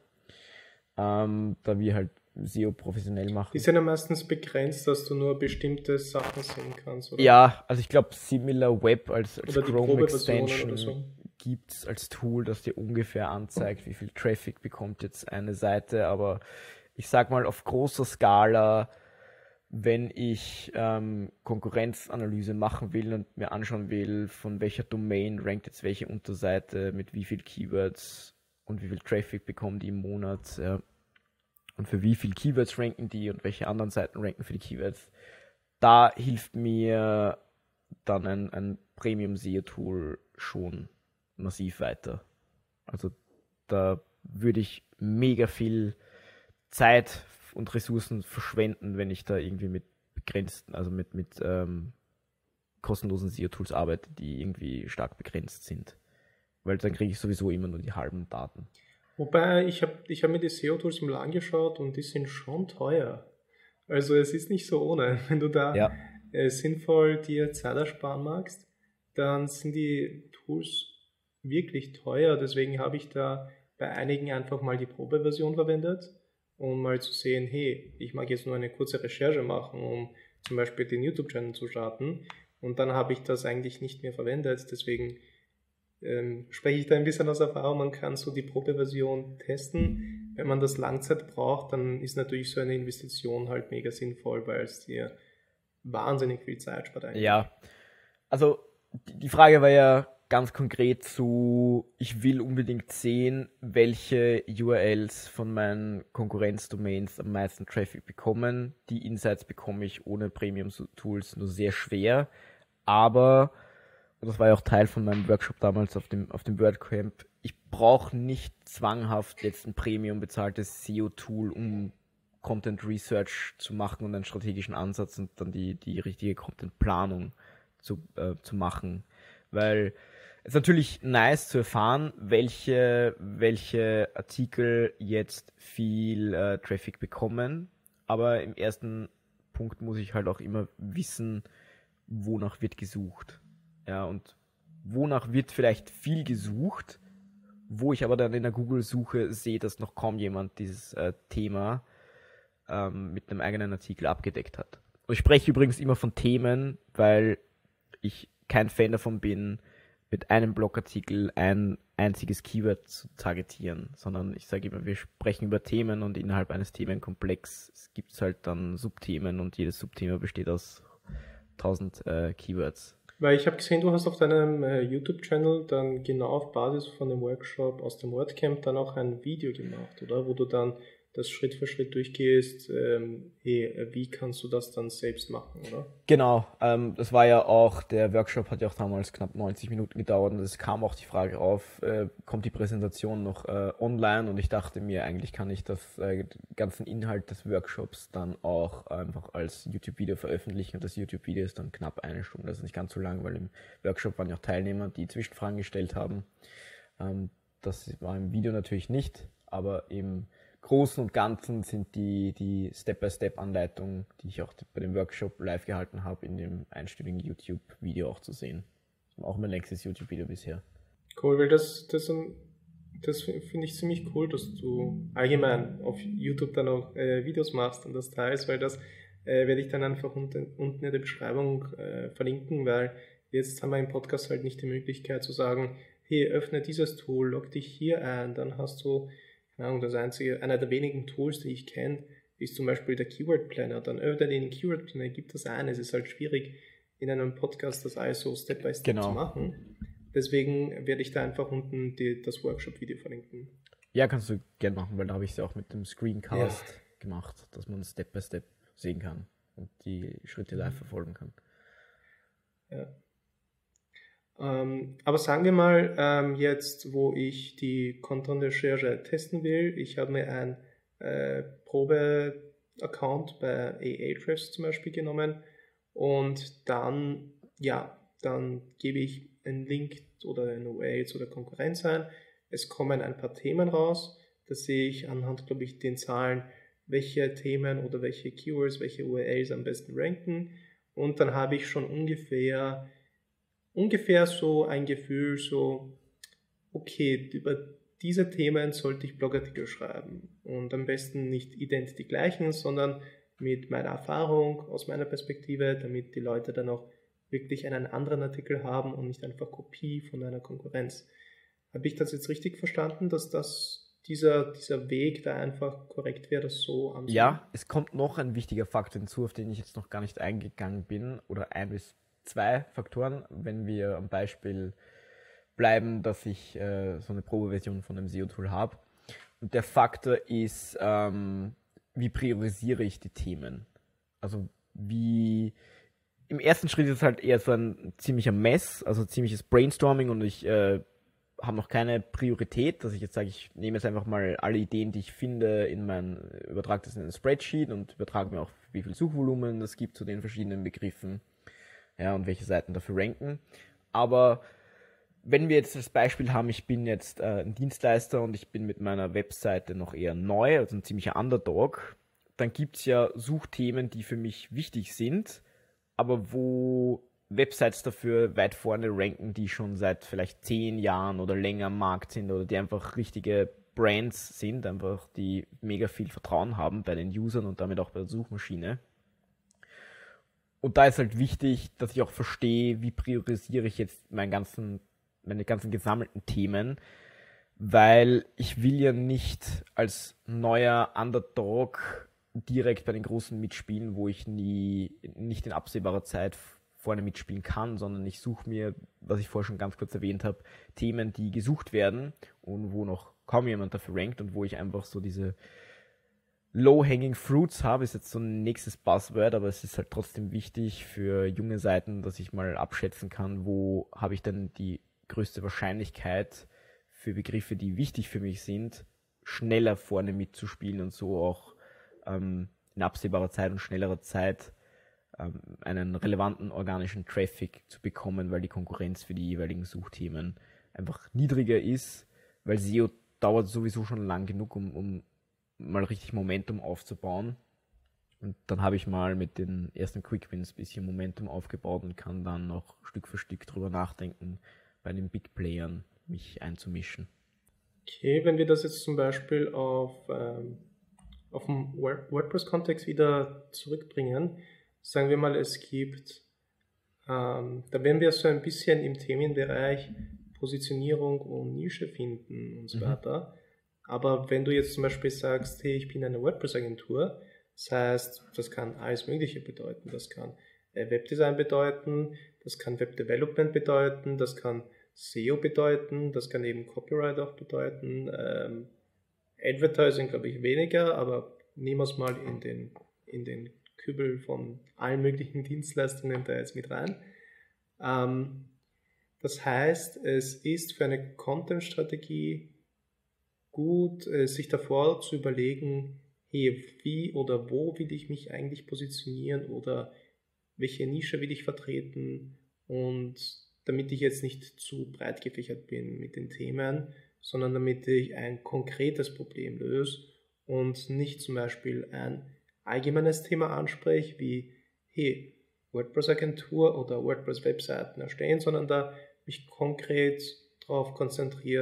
ähm, da wir halt S E O professionell machen. Die sind ja meistens begrenzt, dass du nur bestimmte Sachen sehen kannst, oder? Ja, also ich glaube SimilarWeb als, als oder die Chrome Extension oder so. gibt es als Tool, das dir ungefähr anzeigt, wie viel Traffic bekommt jetzt eine Seite, aber ich sag mal auf großer Skala, wenn ich ähm, Konkurrenzanalyse machen will und mir anschauen will, von welcher Domain rankt jetzt welche Unterseite, mit wie viel Keywords und wie viel Traffic bekommen die im Monat, ja, und für wie viel Keywords ranken die und welche anderen Seiten ranken für die Keywords, da hilft mir dann ein, ein Premium-S E O-Tool schon massiv weiter. Also da würde ich mega viel Zeit und Ressourcen verschwenden, wenn ich da irgendwie mit begrenzten, also mit, mit ähm, kostenlosen S E O-Tools arbeite, die irgendwie stark begrenzt sind. Weil dann kriege ich sowieso immer nur die halben Daten. Wobei, ich habe ich hab mir die S E O-Tools mal angeschaut und die sind schon teuer. Also es ist nicht so ohne. Wenn du da ja. äh, sinnvoll dir Zeit ersparen magst, dann sind die Tools wirklich teuer. Deswegen habe ich da bei einigen einfach mal die Probeversion verwendet, um mal zu sehen, hey, ich mag jetzt nur eine kurze Recherche machen, um zum Beispiel den YouTube-Channel zu starten. Und dann habe ich das eigentlich nicht mehr verwendet. Deswegen ähm, spreche ich da ein bisschen aus Erfahrung. Man kann so die Probeversion testen. Wenn man das Langzeit braucht, dann ist natürlich so eine Investition halt mega sinnvoll, weil es dir wahnsinnig viel Zeit spart eigentlich. Ja, also die Frage war ja ganz konkret zu, ich will unbedingt sehen, welche U R Ls von meinen Konkurrenzdomains am meisten Traffic bekommen. Die Insights bekomme ich ohne Premium-Tools nur sehr schwer, aber, und das war ja auch Teil von meinem Workshop damals auf dem, auf dem WordCamp, ich brauche nicht zwanghaft jetzt ein Premium bezahltes S E O-Tool, um Content Research zu machen und einen strategischen Ansatz und dann die, die richtige Content-Planung zu, äh, zu machen. Weil es ist natürlich nice zu erfahren, welche, welche Artikel jetzt viel äh, Traffic bekommen, aber im ersten Punkt muss ich halt auch immer wissen, wonach wird gesucht. Ja, und wonach wird vielleicht viel gesucht, wo ich aber dann in der Google-Suche sehe, dass noch kaum jemand dieses äh, Thema ähm, mit einem eigenen Artikel abgedeckt hat. Und ich spreche übrigens immer von Themen, weil ich kein Fan davon bin, mit einem Blogartikel ein einziges Keyword zu targetieren, sondern ich sage immer, wir sprechen über Themen und innerhalb eines Themenkomplex gibt es halt dann Subthemen und jedes Subthema besteht aus tausend äh, Keywords. Weil ich habe gesehen, du hast auf deinem äh, YouTube-Channel dann genau auf Basis von dem Workshop aus dem WordCamp dann auch ein Video gemacht, oder? Wo du dann das Schritt für Schritt durchgehst, ähm, hey, wie kannst du das dann selbst machen, oder? Genau, ähm, das war ja auch, der Workshop hat ja auch damals knapp neunzig Minuten gedauert und es kam auch die Frage auf, äh, kommt die Präsentation noch äh, online, und ich dachte mir, eigentlich kann ich das äh, ganzen Inhalt des Workshops dann auch einfach als YouTube-Video veröffentlichen, und das YouTube-Video ist dann knapp eine Stunde, das ist nicht ganz so lang, weil im Workshop waren ja auch Teilnehmer, die Zwischenfragen gestellt haben. Ähm, das war im Video natürlich nicht, aber im Großen und Ganzen sind die, die Step-by-Step-Anleitungen, die ich auch bei dem Workshop live gehalten habe, in dem einstündigen YouTube-Video auch zu sehen. Das war auch mein längstes YouTube-Video bisher. Cool, weil das, das sind Das finde ich ziemlich cool, dass du allgemein auf YouTube dann auch äh, Videos machst und das teilst, weil das äh, werde ich dann einfach unten, unten in der Beschreibung äh, verlinken, weil jetzt haben wir im Podcast halt nicht die Möglichkeit zu sagen, hey, öffne dieses Tool, log dich hier ein, dann hast du, keine Ahnung, das einzige, einer der wenigen Tools, die ich kenne, ist zum Beispiel der Keyword Planner. Dann öffne den Keyword Planner, gib das ein. Es ist halt schwierig, in einem Podcast das alles so Step by Step Genau. zu machen. Deswegen werde ich da einfach unten die, das Workshop-Video verlinken. Ja, kannst du gerne machen, weil da habe ich es ja auch mit dem Screencast Ja. gemacht, dass man Step by Step sehen kann und die Schritte live verfolgen kann. Ja. Ähm, aber sagen wir mal, ähm, jetzt, wo ich die Content-Recherche testen will, ich habe mir ein äh, Probe-Account bei Ahrefs zum Beispiel genommen und dann, ja, dann gebe ich einen Link oder eine U R L zu der Konkurrenz ein. Es kommen ein paar Themen raus. Da sehe ich anhand, glaube ich, den Zahlen, welche Themen oder welche Keywords, welche U R Ls am besten ranken. Und dann habe ich schon ungefähr, ungefähr so ein Gefühl, so, okay, über diese Themen sollte ich Blogartikel schreiben. Und am besten nicht ident die gleichen, sondern mit meiner Erfahrung, aus meiner Perspektive, damit die Leute dann auch wirklich einen anderen Artikel haben und nicht einfach Kopie von einer Konkurrenz. Habe ich das jetzt richtig verstanden, dass das, dieser, dieser Weg da einfach korrekt wäre, das so anzusehen? Ja, es kommt noch ein wichtiger Faktor hinzu, auf den ich jetzt noch gar nicht eingegangen bin, oder ein bis zwei Faktoren, wenn wir am Beispiel bleiben, dass ich äh, so eine Probeversion von einem S E O-Tool habe. Und der Faktor ist, ähm, wie priorisiere ich die Themen? Also wie... Im ersten Schritt ist es halt eher so ein ziemlicher Mess, also ziemliches Brainstorming und ich äh, habe noch keine Priorität, dass ich jetzt sage, ich nehme jetzt einfach mal alle Ideen, die ich finde, in mein, übertrage das in ein Spreadsheet und übertrage mir auch, wie viel Suchvolumen es gibt zu den verschiedenen Begriffen, ja, und welche Seiten dafür ranken. Aber wenn wir jetzt das Beispiel haben, ich bin jetzt äh, ein Dienstleister und ich bin mit meiner Webseite noch eher neu, also ein ziemlicher Underdog, dann gibt es ja Suchthemen, die für mich wichtig sind, aber wo Websites dafür weit vorne ranken, die schon seit vielleicht zehn Jahren oder länger am Markt sind oder die einfach richtige Brands sind, einfach die mega viel Vertrauen haben bei den Usern und damit auch bei der Suchmaschine. Und da ist halt wichtig, dass ich auch verstehe, wie priorisiere ich jetzt meinen ganzen, meine ganzen gesammelten Themen, weil ich will ja nicht als neuer Underdog direkt bei den Großen mitspielen, wo ich nie, nicht in absehbarer Zeit vorne mitspielen kann, sondern ich suche mir, was ich vorher schon ganz kurz erwähnt habe, Themen, die gesucht werden und wo noch kaum jemand dafür rankt und wo ich einfach so diese Low-Hanging Fruits habe, ist jetzt so ein nächstes Buzzword, aber es ist halt trotzdem wichtig für junge Seiten, dass ich mal abschätzen kann, wo habe ich denn die größte Wahrscheinlichkeit für Begriffe, die wichtig für mich sind, schneller vorne mitzuspielen und so auch ähm, in absehbarer Zeit und schnellerer Zeit ähm, einen relevanten organischen Traffic zu bekommen, weil die Konkurrenz für die jeweiligen Suchthemen einfach niedriger ist, weil S E O dauert sowieso schon lang genug, um, um mal richtig Momentum aufzubauen. Und dann habe ich mal mit den ersten Quick Wins ein bisschen Momentum aufgebaut und kann dann noch Stück für Stück drüber nachdenken, bei den Big Playern mich einzumischen. Okay, wenn wir das jetzt zum Beispiel auf, ähm, auf den WordPress-Kontext wieder zurückbringen, sagen wir mal, es gibt, ähm, da werden wir so ein bisschen im Themenbereich Positionierung und Nische finden und so Mhm. weiter. Aber wenn du jetzt zum Beispiel sagst, hey, ich bin eine WordPress-Agentur, das heißt, das kann alles Mögliche bedeuten. Das kann äh, Webdesign bedeuten, das kann Webdevelopment bedeuten, das kann S E O bedeuten, das kann eben Copyright auch bedeuten, ähm, Advertising glaube ich weniger, aber nehmen wir es mal in den, in den Kübel von allen möglichen Dienstleistungen da jetzt mit rein. Ähm, das heißt, es ist für eine Content-Strategie gut, äh, sich davor zu überlegen, hey, wie oder wo will ich mich eigentlich positionieren oder welche Nische will ich vertreten, und damit ich jetzt nicht zu breit gefächert bin mit den Themen, sondern damit ich ein konkretes Problem löse und nicht zum Beispiel ein allgemeines Thema anspreche, wie, hey, WordPress-Agentur oder WordPress-Webseiten erstellen, sondern da mich konkret darauf konzentriere,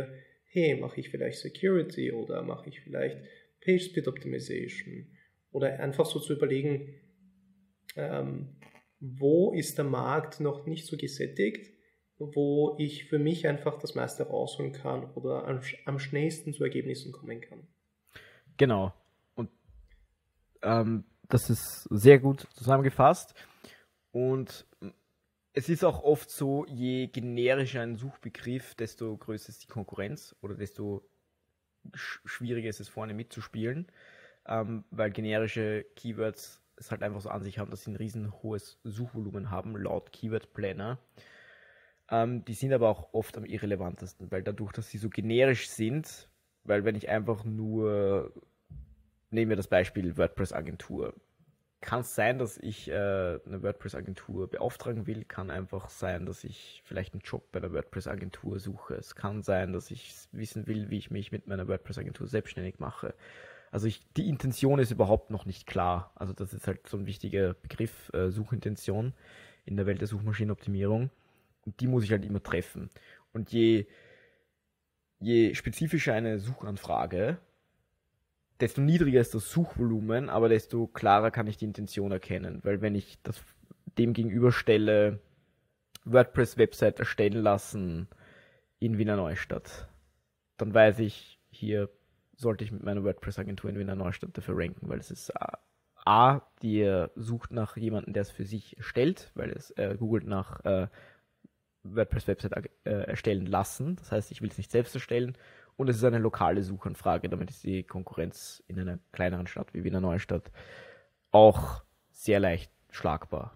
hey, mache ich vielleicht Security oder mache ich vielleicht Page Speed Optimization oder einfach so zu überlegen, ähm, wo ist der Markt noch nicht so gesättigt, wo ich für mich einfach das meiste rausholen kann oder am, am schnellsten zu Ergebnissen kommen kann. Genau. Und ähm, das ist sehr gut zusammengefasst. Und es ist auch oft so, je generischer ein Suchbegriff, desto größer ist die Konkurrenz oder desto sch- schwieriger ist es vorne mitzuspielen, ähm, weil generische Keywords es halt einfach so an sich haben, dass sie ein riesen hohes Suchvolumen haben, laut Keyword Planner. Ähm, die sind aber auch oft am irrelevantesten, weil dadurch, dass sie so generisch sind, weil wenn ich einfach nur, nehmen wir das Beispiel WordPress-Agentur, kann es sein, dass ich äh, eine WordPress-Agentur beauftragen will, kann einfach sein, dass ich vielleicht einen Job bei einer WordPress-Agentur suche. Es kann sein, dass ich wissen will, wie ich mich mit meiner WordPress-Agentur selbstständig mache. Also ich, die Intention ist überhaupt noch nicht klar. Also das ist halt so ein wichtiger Begriff, äh, Suchintention in der Welt der Suchmaschinenoptimierung. Und die muss ich halt immer treffen. Und je, je spezifischer eine Suchanfrage, desto niedriger ist das Suchvolumen, aber desto klarer kann ich die Intention erkennen. Weil wenn ich das dem gegenüberstelle, WordPress-Website erstellen lassen in Wiener Neustadt, dann weiß ich, hier sollte ich mit meiner WordPress-Agentur in Wiener Neustadt dafür ranken, weil es ist A, A die sucht nach jemandem, der es für sich erstellt, weil es äh, googelt nach äh, WordPress-Website äh, erstellen lassen. Das heißt, ich will es nicht selbst erstellen. Und es ist eine lokale Suchanfrage, damit ist die Konkurrenz in einer kleineren Stadt wie Wiener Neustadt auch sehr leicht schlagbar.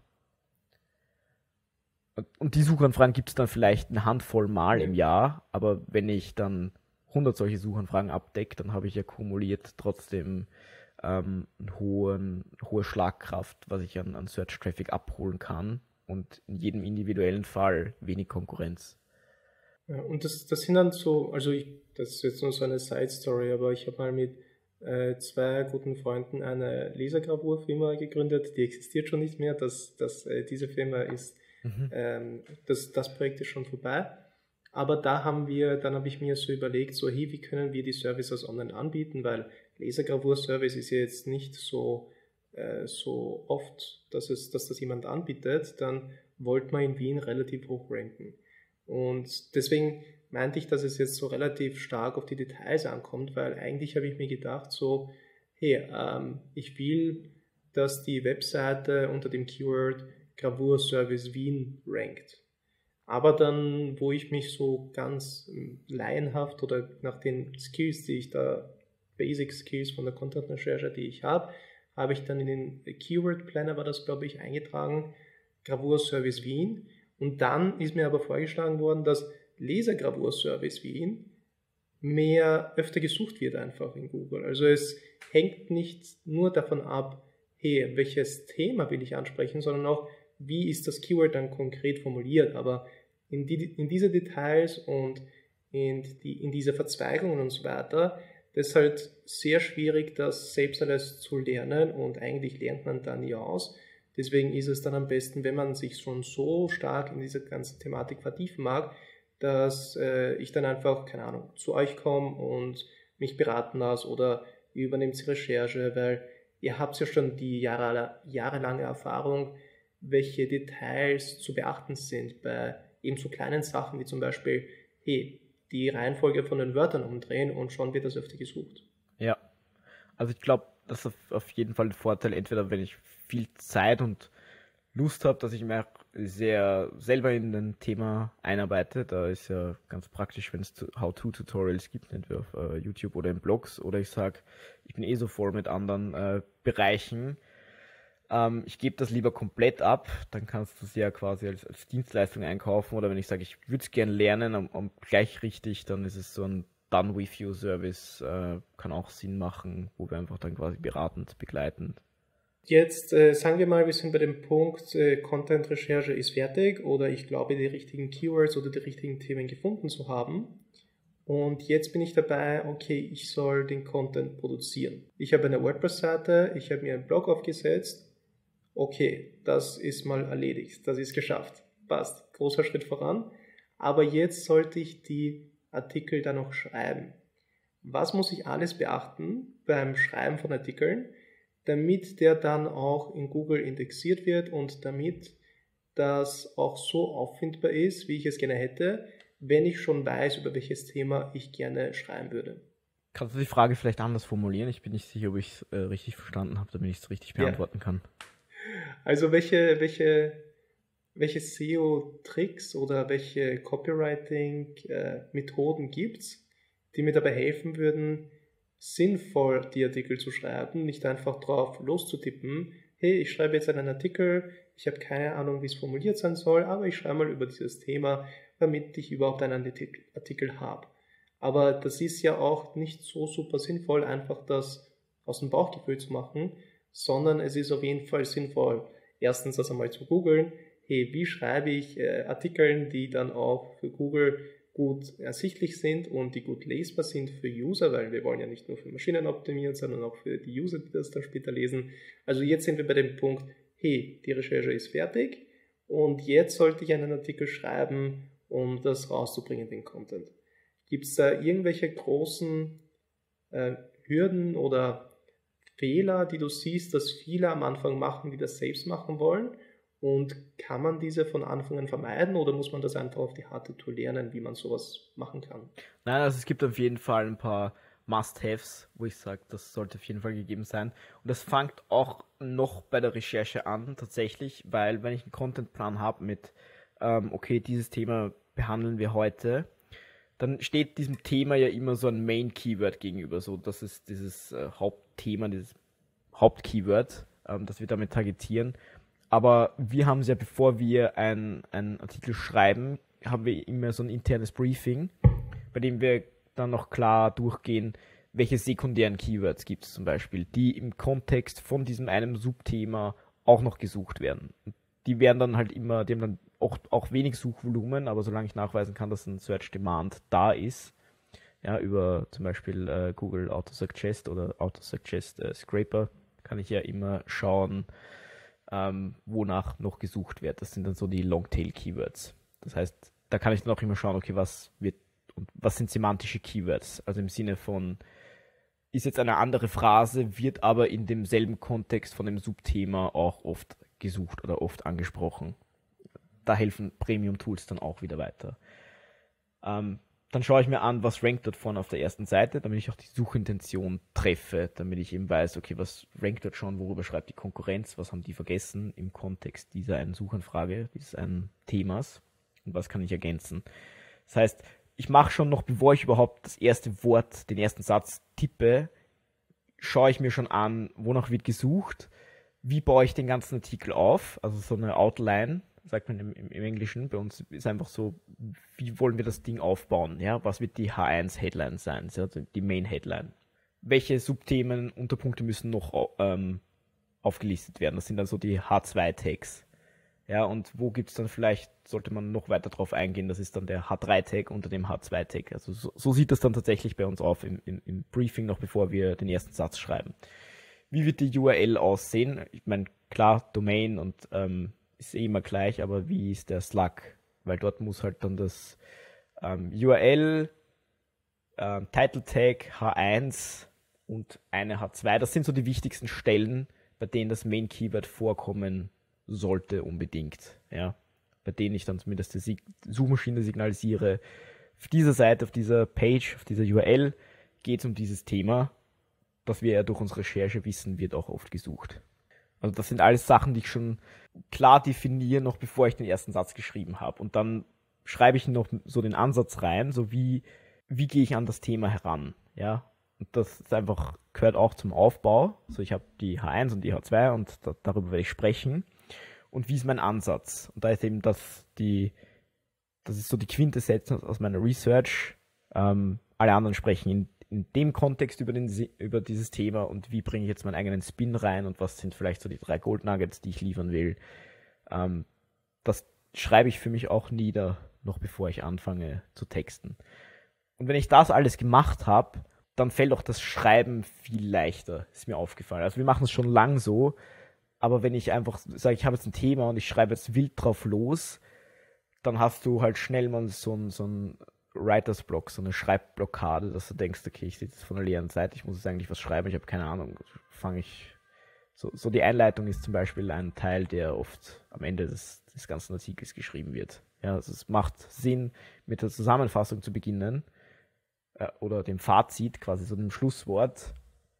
Und die Suchanfragen gibt es dann vielleicht eine Handvoll Mal im Jahr, aber wenn ich dann hundert solche Suchanfragen abdecke, dann habe ich ja kumuliert trotzdem ähm, eine hohe, eine hohe Schlagkraft, was ich an, an Search-Traffic abholen kann und in jedem individuellen Fall wenig Konkurrenz. Ja, und das, das sind dann so, also ich, das ist jetzt nur so eine Side-Story, aber ich habe mal mit äh, zwei guten Freunden eine Lasergravurfirma gegründet, die existiert schon nicht mehr, das, das, äh, diese Firma ist, mhm. ähm, das, das Projekt ist schon vorbei, aber da haben wir, dann habe ich mir so überlegt, so hey, wie können wir die Services online anbieten, weil Lasergravur-Service ist ja jetzt nicht so, äh, so oft, dass, es, dass das jemand anbietet, dann wollte man in Wien relativ hoch ranken. Und deswegen meinte ich, dass es jetzt so relativ stark auf die Details ankommt, weil eigentlich habe ich mir gedacht so, hey, ähm, ich will, dass die Webseite unter dem Keyword Gravur Service Wien rankt. Aber dann, wo ich mich so ganz laienhaft oder nach den Skills, die ich da, Basic Skills von der Content-Recherche, die ich habe, habe ich dann in den Keyword Planner, war das glaube ich, eingetragen, Gravur Service Wien. Und dann ist mir aber vorgeschlagen worden, dass Lasergravur-Service Wien mehr öfter gesucht wird einfach in Google. Also es hängt nicht nur davon ab, hey, welches Thema will ich ansprechen, sondern auch, wie ist das Keyword dann konkret formuliert. Aber in, die, in diese Details und in, die, in diese Verzweigungen und so weiter, das ist halt sehr schwierig, das selbst alles zu lernen und eigentlich lernt man da nie aus. Deswegen ist es dann am besten, wenn man sich schon so stark in diese ganze Thematik vertiefen mag, dass äh, ich dann einfach, keine Ahnung, zu euch komme und mich beraten lasse oder ihr übernehmt die Recherche, weil ihr habt ja schon die Jahre, jahrelange Erfahrung, welche Details zu beachten sind bei eben so kleinen Sachen wie zum Beispiel, hey, die Reihenfolge von den Wörtern umdrehen und schon wird das öfter gesucht. Ja, also ich glaube, das ist auf jeden Fall ein Vorteil, entweder wenn ich viel Zeit und Lust habe, dass ich mir sehr selber in ein Thema einarbeite. Da ist ja ganz praktisch, wenn es How-to-Tutorials gibt, entweder auf äh, YouTube oder in Blogs. Oder ich sage, ich bin eh so voll mit anderen äh, Bereichen. Ähm, ich gebe das lieber komplett ab. Dann kannst du es ja quasi als, als Dienstleistung einkaufen. Oder wenn ich sage, ich würde es gerne lernen, um, um gleich richtig, dann ist es so ein Done-with-you-Service. Äh, kann auch Sinn machen, wo wir einfach dann quasi beratend, begleitend. Jetzt äh, sagen wir mal, wir sind bei dem Punkt, äh, Content-Recherche ist fertig oder ich glaube, die richtigen Keywords oder die richtigen Themen gefunden zu haben. Und jetzt bin ich dabei, okay, ich soll den Content produzieren. Ich habe eine WordPress-Seite, ich habe mir einen Blog aufgesetzt. Okay, das ist mal erledigt, das ist geschafft. Passt, großer Schritt voran. Aber jetzt sollte ich die Artikel dann auch schreiben? Was muss ich alles beachten beim Schreiben von Artikeln, damit der dann auch in Google indexiert wird und damit das auch so auffindbar ist, wie ich es gerne hätte, wenn ich schon weiß, über welches Thema ich gerne schreiben würde. Kannst du die Frage vielleicht anders formulieren? Ich bin nicht sicher, ob ich es äh, richtig verstanden habe, damit ich es richtig beantworten ja. kann. Also welche, welche, welche S E O-Tricks oder welche Copywriting-Methoden gibt es, die mir dabei helfen würden, sinnvoll die Artikel zu schreiben, nicht einfach drauf loszutippen, hey, ich schreibe jetzt einen Artikel, ich habe keine Ahnung, wie es formuliert sein soll, aber ich schreibe mal über dieses Thema, damit ich überhaupt einen Artikel habe. Aber das ist ja auch nicht so super sinnvoll, einfach das aus dem Bauchgefühl zu machen, sondern es ist auf jeden Fall sinnvoll, erstens das einmal zu googeln, hey, wie schreibe ich äh, Artikel, die dann auch für Google gut ersichtlich sind und die gut lesbar sind für User, weil wir wollen ja nicht nur für Maschinen optimieren, sondern auch für die User, die das dann später lesen. Also jetzt sind wir bei dem Punkt, hey, die Recherche ist fertig und jetzt sollte ich einen Artikel schreiben, um das rauszubringen, den Content. Gibt es da irgendwelche großen äh, Hürden oder Fehler, die du siehst, dass viele am Anfang machen, die das selbst machen wollen? Und kann man diese von Anfang an vermeiden oder muss man das einfach auf die harte Tour lernen, wie man sowas machen kann? Nein, also es gibt auf jeden Fall ein paar Must-Haves, wo ich sage, das sollte auf jeden Fall gegeben sein. Und das fängt auch noch bei der Recherche an, tatsächlich, weil wenn ich einen Contentplan habe mit, ähm, okay, dieses Thema behandeln wir heute, dann steht diesem Thema ja immer so ein Main-Keyword gegenüber. So, das ist dieses äh, Hauptthema, dieses Hauptkeyword, ähm, das wir damit targetieren. Aber wir haben es ja, bevor wir einen Artikel schreiben, haben wir immer so ein internes Briefing, bei dem wir dann noch klar durchgehen, welche sekundären Keywords gibt es zum Beispiel, die im Kontext von diesem einem Subthema auch noch gesucht werden. Die werden dann halt immer, die haben dann auch, auch wenig Suchvolumen, aber solange ich nachweisen kann, dass ein Search Demand da ist, ja, über zum Beispiel äh, Google Autosuggest oder Autosuggest äh, Scraper, kann ich ja immer schauen, ähm, wonach noch gesucht wird. Das sind dann so die Longtail-Keywords. Das heißt, da kann ich dann auch immer schauen, okay, was wird und was sind semantische Keywords? Also im Sinne von, ist jetzt eine andere Phrase, wird aber in demselben Kontext von dem Subthema auch oft gesucht oder oft angesprochen. Da helfen Premium-Tools dann auch wieder weiter. Ähm, dann schaue ich mir an, was rankt dort vorne auf der ersten Seite, damit ich auch die Suchintention treffe, damit ich eben weiß, okay, was rankt dort schon, worüber schreibt die Konkurrenz, was haben die vergessen im Kontext dieser einen Suchanfrage, dieses einen Themas und was kann ich ergänzen. Das heißt, ich mache schon noch, bevor ich überhaupt das erste Wort, den ersten Satz tippe, schaue ich mir schon an, wonach wird gesucht, wie baue ich den ganzen Artikel auf, also so eine Outline, sagt man im, im, im Englischen, bei uns ist einfach so, wie wollen wir das Ding aufbauen, ja, was wird die H eins Headline sein, also die Main Headline. Welche Subthemen, Unterpunkte müssen noch ähm, aufgelistet werden, das sind dann so die H zwei Tags. Ja, und wo gibt es dann vielleicht, sollte man noch weiter drauf eingehen, das ist dann der H drei Tag unter dem H zwei Tag. Also so, so sieht das dann tatsächlich bei uns auf im, im, im Briefing, noch bevor wir den ersten Satz schreiben. Wie wird die U R L aussehen? Ich meine, klar, Domain und ähm, ist eh immer gleich, aber wie ist der Slug? Weil dort muss halt dann das ähm, U R L, ähm, Title Tag, H eins und eine H zwei, das sind so die wichtigsten Stellen, bei denen das Main Keyword vorkommen sollte unbedingt, ja, bei denen ich dann zumindest die Sig- Suchmaschine signalisiere, auf dieser Seite, auf dieser Page, auf dieser U R L geht es um dieses Thema, das wir ja durch unsere Recherche wissen, wird auch oft gesucht. Also das sind alles Sachen, die ich schon klar definiere, noch bevor ich den ersten Satz geschrieben habe. Und dann schreibe ich noch so den Ansatz rein, so wie, wie gehe ich an das Thema heran, ja. Und das ist einfach, gehört auch zum Aufbau. So, ich habe die H eins und die H zwei und da, darüber werde ich sprechen. Und wie ist mein Ansatz? Und da ist eben das, die, das ist so die Quintessenz aus meiner Research. Ähm, alle anderen sprechen in, in dem Kontext über, den, über dieses Thema und wie bringe ich jetzt meinen eigenen Spin rein und was sind vielleicht so die drei Gold Nuggets, die ich liefern will. Ähm, das schreibe ich für mich auch nieder, noch bevor ich anfange zu texten. Und wenn ich das alles gemacht habe, dann fällt auch das Schreiben viel leichter, ist mir aufgefallen. Also wir machen es schon lang so, aber wenn ich einfach sage, ich habe jetzt ein Thema und ich schreibe jetzt wild drauf los, dann hast du halt schnell mal so ein, so ein Writer's Block, so eine Schreibblockade, dass du denkst, okay, ich sitze jetzt vor einer leeren Seite, ich muss jetzt eigentlich was schreiben, ich habe keine Ahnung, fange ich... So, so die Einleitung ist zum Beispiel ein Teil, der oft am Ende des, des ganzen Artikels geschrieben wird. Ja, also es macht Sinn, mit der Zusammenfassung zu beginnen äh, oder dem Fazit, quasi so dem Schlusswort,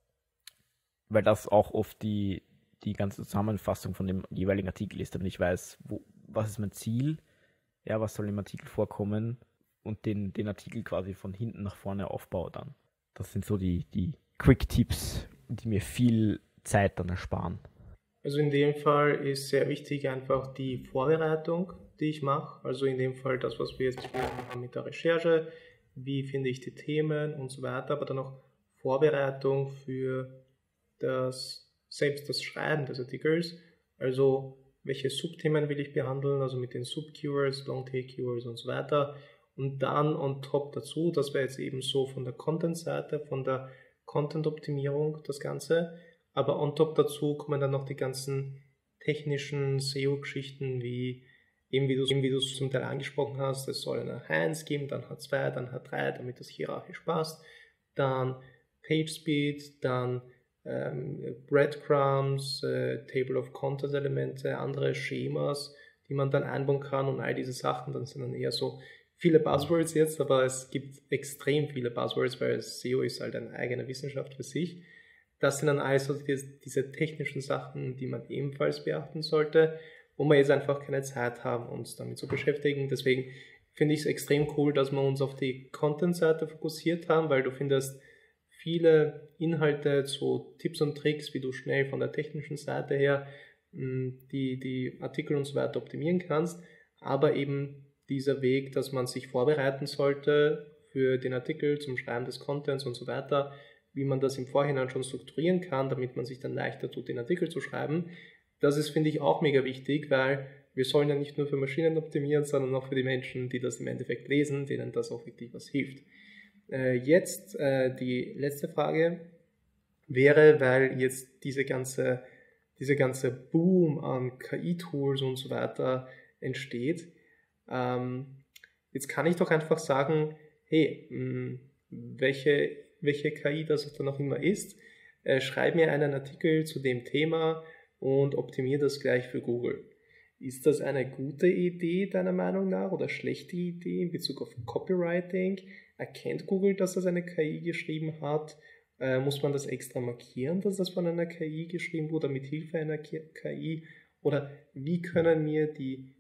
weil das auch oft die, die ganze Zusammenfassung von dem jeweiligen Artikel ist, damit ich weiß, wo, was ist mein Ziel, ja, was soll im Artikel vorkommen und den, den Artikel quasi von hinten nach vorne aufbaue dann. Das sind so die, die Quick-Tipps, die mir viel Zeit dann ersparen. Also in dem Fall ist sehr wichtig einfach die Vorbereitung, die ich mache. Also in dem Fall das, was wir jetzt besprochen haben mit der Recherche, wie finde ich die Themen und so weiter, aber dann auch Vorbereitung für das, selbst das Schreiben des Artikels. Also welche Subthemen will ich behandeln, also mit den Sub-Keywords, Long-Tail-Keywords und so weiter. Und dann on top dazu, das wäre jetzt eben so von der Content-Seite, von der Content-Optimierung das Ganze. Aber on top dazu kommen dann noch die ganzen technischen S E O-Geschichten, wie eben wie du eben wie du es zum Teil angesprochen hast, es soll eine H eins geben, dann H zwei, dann H drei, damit das hierarchisch passt. Dann PageSpeed, dann ähm, Breadcrumbs, äh, Table of Content-Elemente, andere Schemas, die man dann einbauen kann und all diese Sachen. Dann sind dann eher so viele Buzzwords jetzt, aber es gibt extrem viele Buzzwords, weil S E O ist halt eine eigene Wissenschaft für sich. Das sind dann also diese technischen Sachen, die man ebenfalls beachten sollte, wo wir jetzt einfach keine Zeit haben, uns damit zu beschäftigen. Deswegen finde ich es extrem cool, dass wir uns auf die Content-Seite fokussiert haben, weil du findest viele Inhalte, so Tipps und Tricks, wie du schnell von der technischen Seite her die, die Artikel und so weiter optimieren kannst, aber eben dieser Weg, dass man sich vorbereiten sollte für den Artikel zum Schreiben des Contents und so weiter, wie man das im Vorhinein schon strukturieren kann, damit man sich dann leichter tut, den Artikel zu schreiben. Das ist, finde ich, auch mega wichtig, weil wir sollen ja nicht nur für Maschinen optimieren, sondern auch für die Menschen, die das im Endeffekt lesen, denen das auch wirklich was hilft. Äh, jetzt äh, die letzte Frage wäre, weil jetzt diese ganze, diese ganze Boom an K I-Tools und so weiter entsteht, ähm, jetzt kann ich doch einfach sagen, hey, mh, welche welche K I das dann auch immer ist, äh, schreib mir einen Artikel zu dem Thema und optimiere das gleich für Google. Ist das eine gute Idee deiner Meinung nach oder schlechte Idee in Bezug auf Copywriting? Erkennt Google, dass das eine K I geschrieben hat? Äh, muss man das extra markieren, dass das von einer K I geschrieben wurde, mit Hilfe einer K I? Oder wie können mir die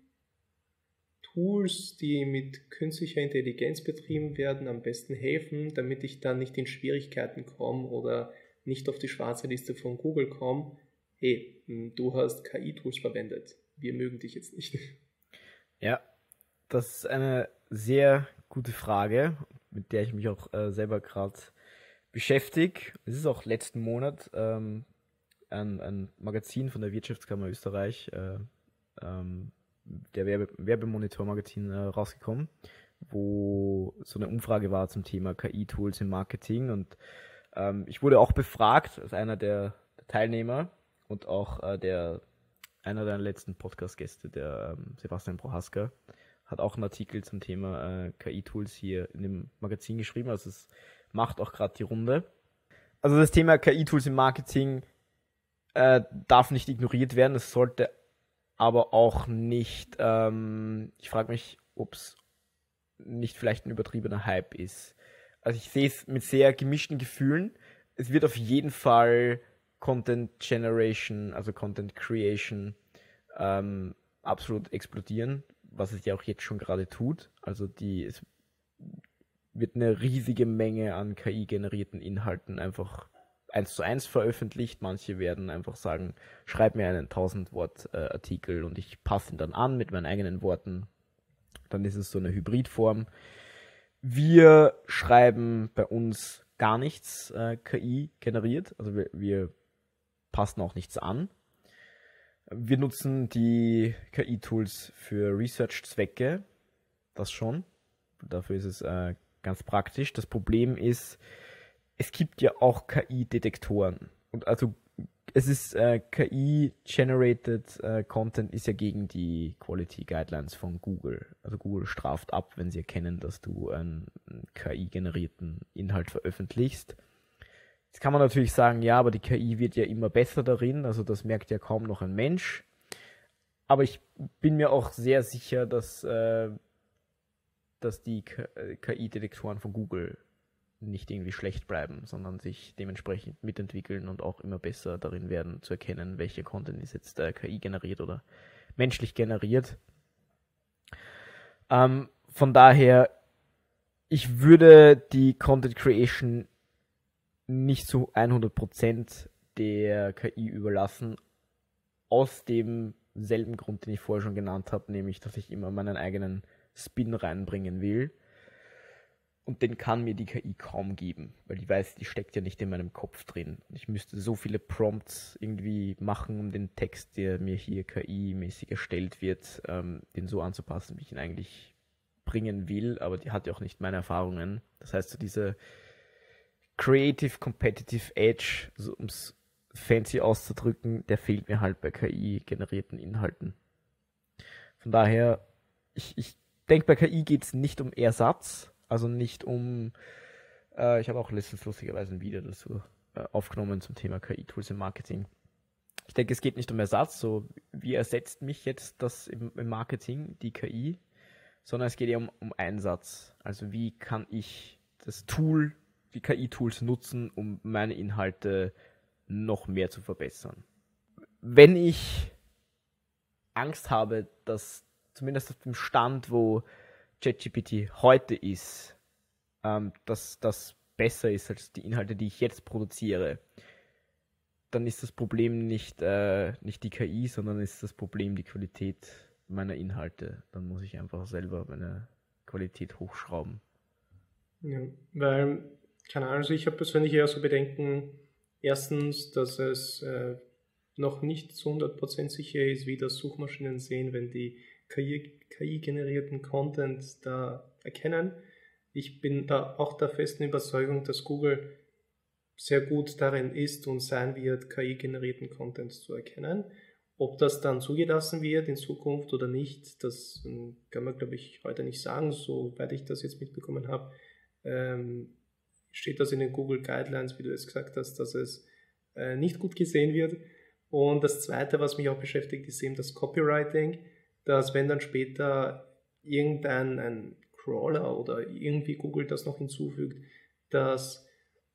Tools, die mit künstlicher Intelligenz betrieben werden, am besten helfen, damit ich dann nicht in Schwierigkeiten komme oder nicht auf die schwarze Liste von Google komme? Hey, du hast K I-Tools verwendet, wir mögen dich jetzt nicht. Ja, das ist eine sehr gute Frage, mit der ich mich auch äh, selber gerade beschäftige. Es ist auch letzten Monat ähm, ein, ein Magazin von der Wirtschaftskammer Österreich, äh, ähm, der Werbe Werbemonitor-Magazin äh, rausgekommen, wo so eine Umfrage war zum Thema K I-Tools im Marketing und ähm, ich wurde auch befragt als einer der, der Teilnehmer und auch äh, der einer der letzten Podcast-Gäste, der ähm, Sebastian Prohaska, hat auch einen Artikel zum Thema äh, K I-Tools hier in dem Magazin geschrieben, also es macht auch gerade die Runde. Also das Thema K I-Tools im Marketing äh, darf nicht ignoriert werden, es sollte aber auch nicht, ähm, ich frage mich, ob es nicht vielleicht ein übertriebener Hype ist. Also ich sehe es mit sehr gemischten Gefühlen. Es wird auf jeden Fall Content Generation, also Content Creation, ähm, absolut explodieren, was es ja auch jetzt schon gerade tut. Also die, es wird eine riesige Menge an K I-generierten Inhalten einfach eins zu eins veröffentlicht. Manche werden einfach sagen, schreib mir einen tausend Wort äh, Artikel und ich passe ihn dann an mit meinen eigenen Worten. Dann ist es so eine Hybridform. Wir schreiben bei uns gar nichts äh, K I generiert, also wir, wir passen auch nichts an. Wir nutzen die K I-Tools für Research-Zwecke, das schon. Dafür ist es äh, ganz praktisch. Das Problem ist, es gibt ja auch K I-Detektoren. Und also es ist äh, K I-generated äh, Content ist ja gegen die Quality Guidelines von Google. Also Google straft ab, wenn sie erkennen, dass du einen K I-generierten Inhalt veröffentlichst. Jetzt kann man natürlich sagen, ja, aber die K I wird ja immer besser darin, also das merkt ja kaum noch ein Mensch. Aber ich bin mir auch sehr sicher, dass, äh, dass die K I-Detektoren von Google nicht irgendwie schlecht bleiben, sondern sich dementsprechend mitentwickeln und auch immer besser darin werden zu erkennen, welcher Content ist jetzt äh, K I generiert oder menschlich generiert. Ähm, von daher, ich würde die Content Creation nicht zu hundert Prozent der K I überlassen, aus demselben Grund, den ich vorher schon genannt habe, nämlich, dass ich immer meinen eigenen Spin reinbringen will. Und den kann mir die K I kaum geben, weil die weiß, die steckt ja nicht in meinem Kopf drin. Ich müsste so viele Prompts irgendwie machen, um den Text, der mir hier K I-mäßig erstellt wird, ähm, den so anzupassen, wie ich ihn eigentlich bringen will, aber die hat ja auch nicht meine Erfahrungen. Das heißt, so diese Creative Competitive Edge, so um es fancy auszudrücken, der fehlt mir halt bei K I-generierten Inhalten. Von daher, ich, ich denke, bei K I geht es nicht um Ersatz, also nicht um, äh, ich habe auch letztens lustigerweise ein Video dazu äh, aufgenommen zum Thema K I-Tools im Marketing. Ich denke, es geht nicht um Ersatz, so wie ersetzt mich jetzt das im, im Marketing, die K I, sondern es geht eher um, um Einsatz. Also wie kann ich das Tool, die K I-Tools nutzen, um meine Inhalte noch mehr zu verbessern. Wenn ich Angst habe, dass zumindest auf dem Stand, wo ChatGPT heute ist, ähm, dass das besser ist als die Inhalte, die ich jetzt produziere, dann ist das Problem nicht, äh, nicht die K I, sondern ist das Problem die Qualität meiner Inhalte. Dann muss ich einfach selber meine Qualität hochschrauben. Ja, weil, keine Ahnung, also ich habe persönlich eher so Bedenken, erstens, dass es äh, noch nicht zu hundert Prozent sicher ist, wie das Suchmaschinen sehen, wenn die K I-generierten Content da erkennen. Ich bin da auch der festen Überzeugung, dass Google sehr gut darin ist und sein wird, K I-generierten Content zu erkennen. Ob das dann zugelassen wird in Zukunft oder nicht, das ähm, kann man, glaube ich, heute nicht sagen. Soweit ich das jetzt mitbekommen habe, ähm, steht das in den Google Guidelines, wie du es gesagt hast, dass es äh, nicht gut gesehen wird. Und das Zweite, was mich auch beschäftigt, ist eben das Copywriting, dass wenn dann später irgendein ein Crawler oder irgendwie Google das noch hinzufügt, dass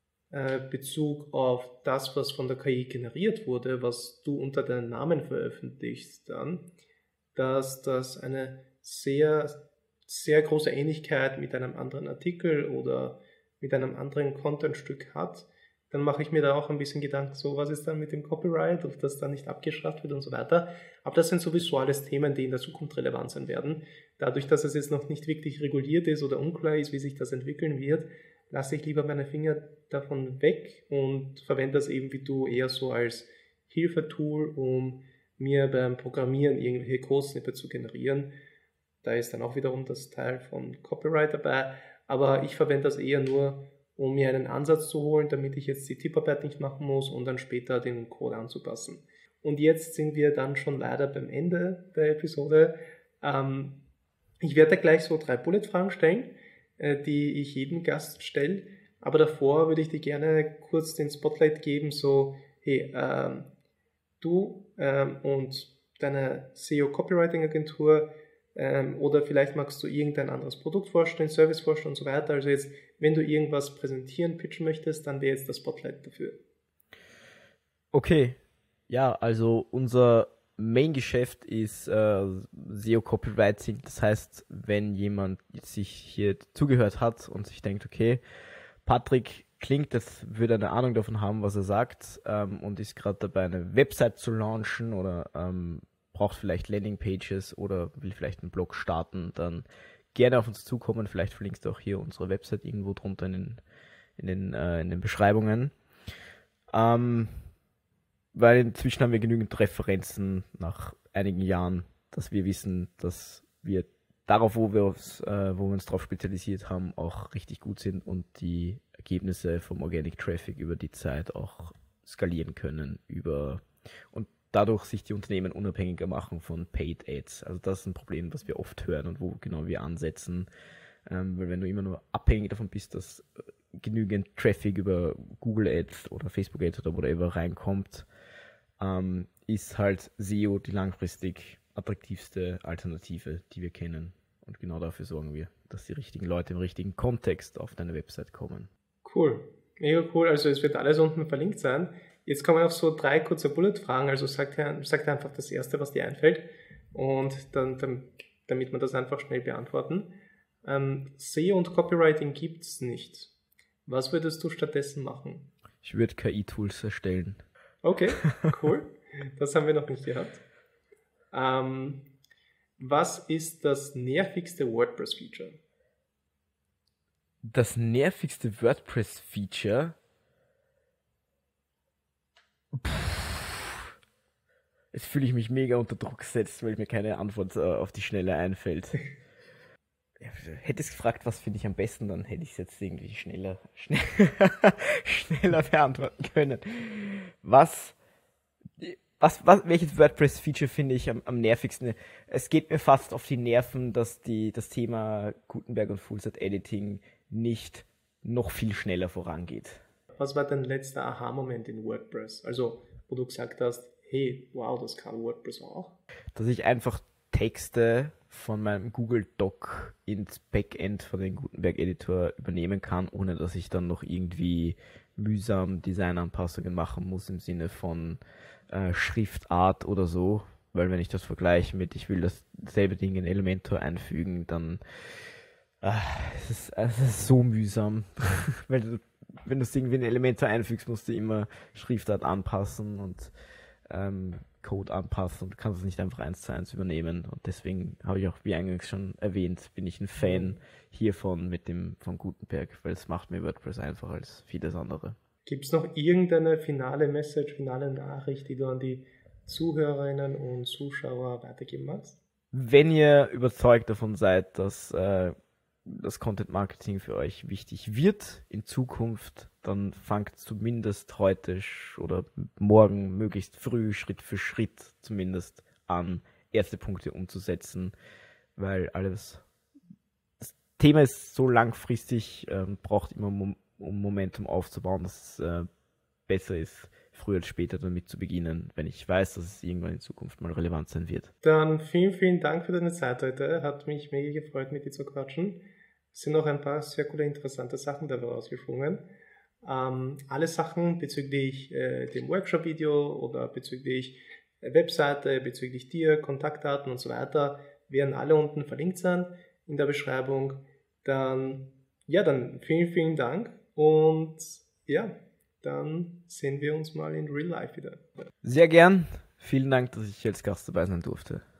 äh, Bezug auf das, was von der K I generiert wurde, was du unter deinem Namen veröffentlichst, dann, dass das eine sehr, sehr große Ähnlichkeit mit einem anderen Artikel oder mit einem anderen Contentstück hat, dann mache ich mir da auch ein bisschen Gedanken, so was ist dann mit dem Copyright, ob das dann nicht abgeschafft wird und so weiter. Aber das sind sowieso alles Themen, die in der Zukunft relevant sein werden. Dadurch, dass es jetzt noch nicht wirklich reguliert ist oder unklar ist, wie sich das entwickeln wird, lasse ich lieber meine Finger davon weg und verwende das eben wie du eher so als Hilfetool, um mir beim Programmieren irgendwelche Code-Snippets zu generieren. Da ist dann auch wiederum das Teil von Copyright dabei, aber ich verwende das eher nur, um mir einen Ansatz zu holen, damit ich jetzt die Tipparbeit nicht machen muss und dann später den Code anzupassen. Und jetzt sind wir dann schon leider beim Ende der Episode. Ähm, ich werde da gleich so drei Bullet-Fragen stellen, äh, die ich jedem Gast stelle, aber davor würde ich dir gerne kurz den Spotlight geben, so, hey, ähm, du ähm, und deine S E O-Copywriting-Agentur ähm, oder vielleicht magst du irgendein anderes Produkt vorstellen, Service vorstellen und so weiter. Also jetzt, wenn du irgendwas präsentieren, pitchen möchtest, dann wäre jetzt das Spotlight dafür. Okay, ja, also unser Main-Geschäft ist äh, S E O-Copywriting. Das heißt, wenn jemand jetzt sich hier zugehört hat und sich denkt, okay, Patrick klingt, das würde eine Ahnung davon haben, was er sagt, ähm, und ist gerade dabei, eine Website zu launchen oder ähm, braucht vielleicht Landingpages oder will vielleicht einen Blog starten, dann gerne auf uns zukommen. Vielleicht verlinkst du auch hier unsere Website irgendwo drunter in den, in den, äh, in den Beschreibungen. Ähm, weil inzwischen haben wir genügend Referenzen nach einigen Jahren, dass wir wissen, dass wir darauf, wo wir uns, äh, wo wir uns darauf spezialisiert haben, auch richtig gut sind und die Ergebnisse vom Organic Traffic über die Zeit auch skalieren können über und dadurch sich die Unternehmen unabhängiger machen von Paid Ads. Also das ist ein Problem, was wir oft hören und wo genau wir ansetzen. Ähm, weil wenn du immer nur abhängig davon bist, dass genügend Traffic über Google Ads oder Facebook Ads oder whatever reinkommt, ähm, ist halt S E O die langfristig attraktivste Alternative, die wir kennen. Und genau dafür sorgen wir, dass die richtigen Leute im richtigen Kontext auf deine Website kommen. Cool, mega cool. Also es wird alles unten verlinkt sein. Jetzt kommen auf so drei kurze Bullet-Fragen. Also sagt sagt einfach das Erste, was dir einfällt. Und dann, dann damit wir das einfach schnell beantworten. Ähm, S E O und Copywriting gibt es nicht. Was würdest du stattdessen machen? Ich würde K I-Tools erstellen. Okay, cool. Das haben wir noch nicht gehabt. Ähm, was ist das nervigste WordPress-Feature? Das nervigste WordPress-Feature? Jetzt fühle ich mich mega unter Druck gesetzt, weil mir keine Antwort äh, auf die Schnelle einfällt. Hättest gefragt, was finde ich am besten, dann hätte ich es jetzt irgendwie schneller, schnell, schneller beantworten können. Was, was, was welches WordPress-Feature finde ich am, am nervigsten? Es geht mir fast auf die Nerven, dass die, das Thema Gutenberg und Full-Set-Editing nicht noch viel schneller vorangeht. Was war dein letzter Aha-Moment in WordPress? Also, wo du gesagt hast, hey, wow, das kann WordPress auch. Dass ich einfach Texte von meinem Google Doc ins Backend von den Gutenberg Editor übernehmen kann, ohne dass ich dann noch irgendwie mühsam Designanpassungen machen muss im Sinne von äh, Schriftart oder so, weil wenn ich das vergleiche mit, ich will dasselbe Ding in Elementor einfügen, dann äh, es ist, es ist so mühsam, weil du, wenn du das Ding in Elementor einfügst, musst du immer Schriftart anpassen und ähm, Code anpassen und kannst es nicht einfach eins zu eins übernehmen. Und deswegen habe ich auch, wie eingangs schon erwähnt, bin ich ein Fan hiervon mit dem von Gutenberg, weil es macht mir WordPress einfacher als vieles andere. Gibt es noch irgendeine finale Message, finale Nachricht, die du an die Zuhörerinnen und Zuschauer weitergeben magst? Wenn ihr überzeugt davon seid, dass äh, das Content Marketing für euch wichtig wird in Zukunft, dann fangt zumindest heute oder morgen möglichst früh, Schritt für Schritt zumindest an, erste Punkte umzusetzen, weil alles, das Thema ist so langfristig, ähm, braucht immer, um Momentum aufzubauen, dass es äh, besser ist, früher als später damit zu beginnen, wenn ich weiß, dass es irgendwann in Zukunft mal relevant sein wird. Dann vielen, vielen Dank für deine Zeit heute. Hat mich mega gefreut, mit dir zu quatschen. Es sind noch ein paar sehr coole, interessante Sachen dabei rausgesprungen. Ähm, alle Sachen bezüglich äh, dem Workshop-Video oder bezüglich äh, Webseite, bezüglich dir, Kontaktdaten und so weiter, werden alle unten verlinkt sein in der Beschreibung. Dann, ja, dann vielen, vielen Dank und ja, dann sehen wir uns mal in Real Life wieder. Sehr gern. Vielen Dank, dass ich als Gast dabei sein durfte.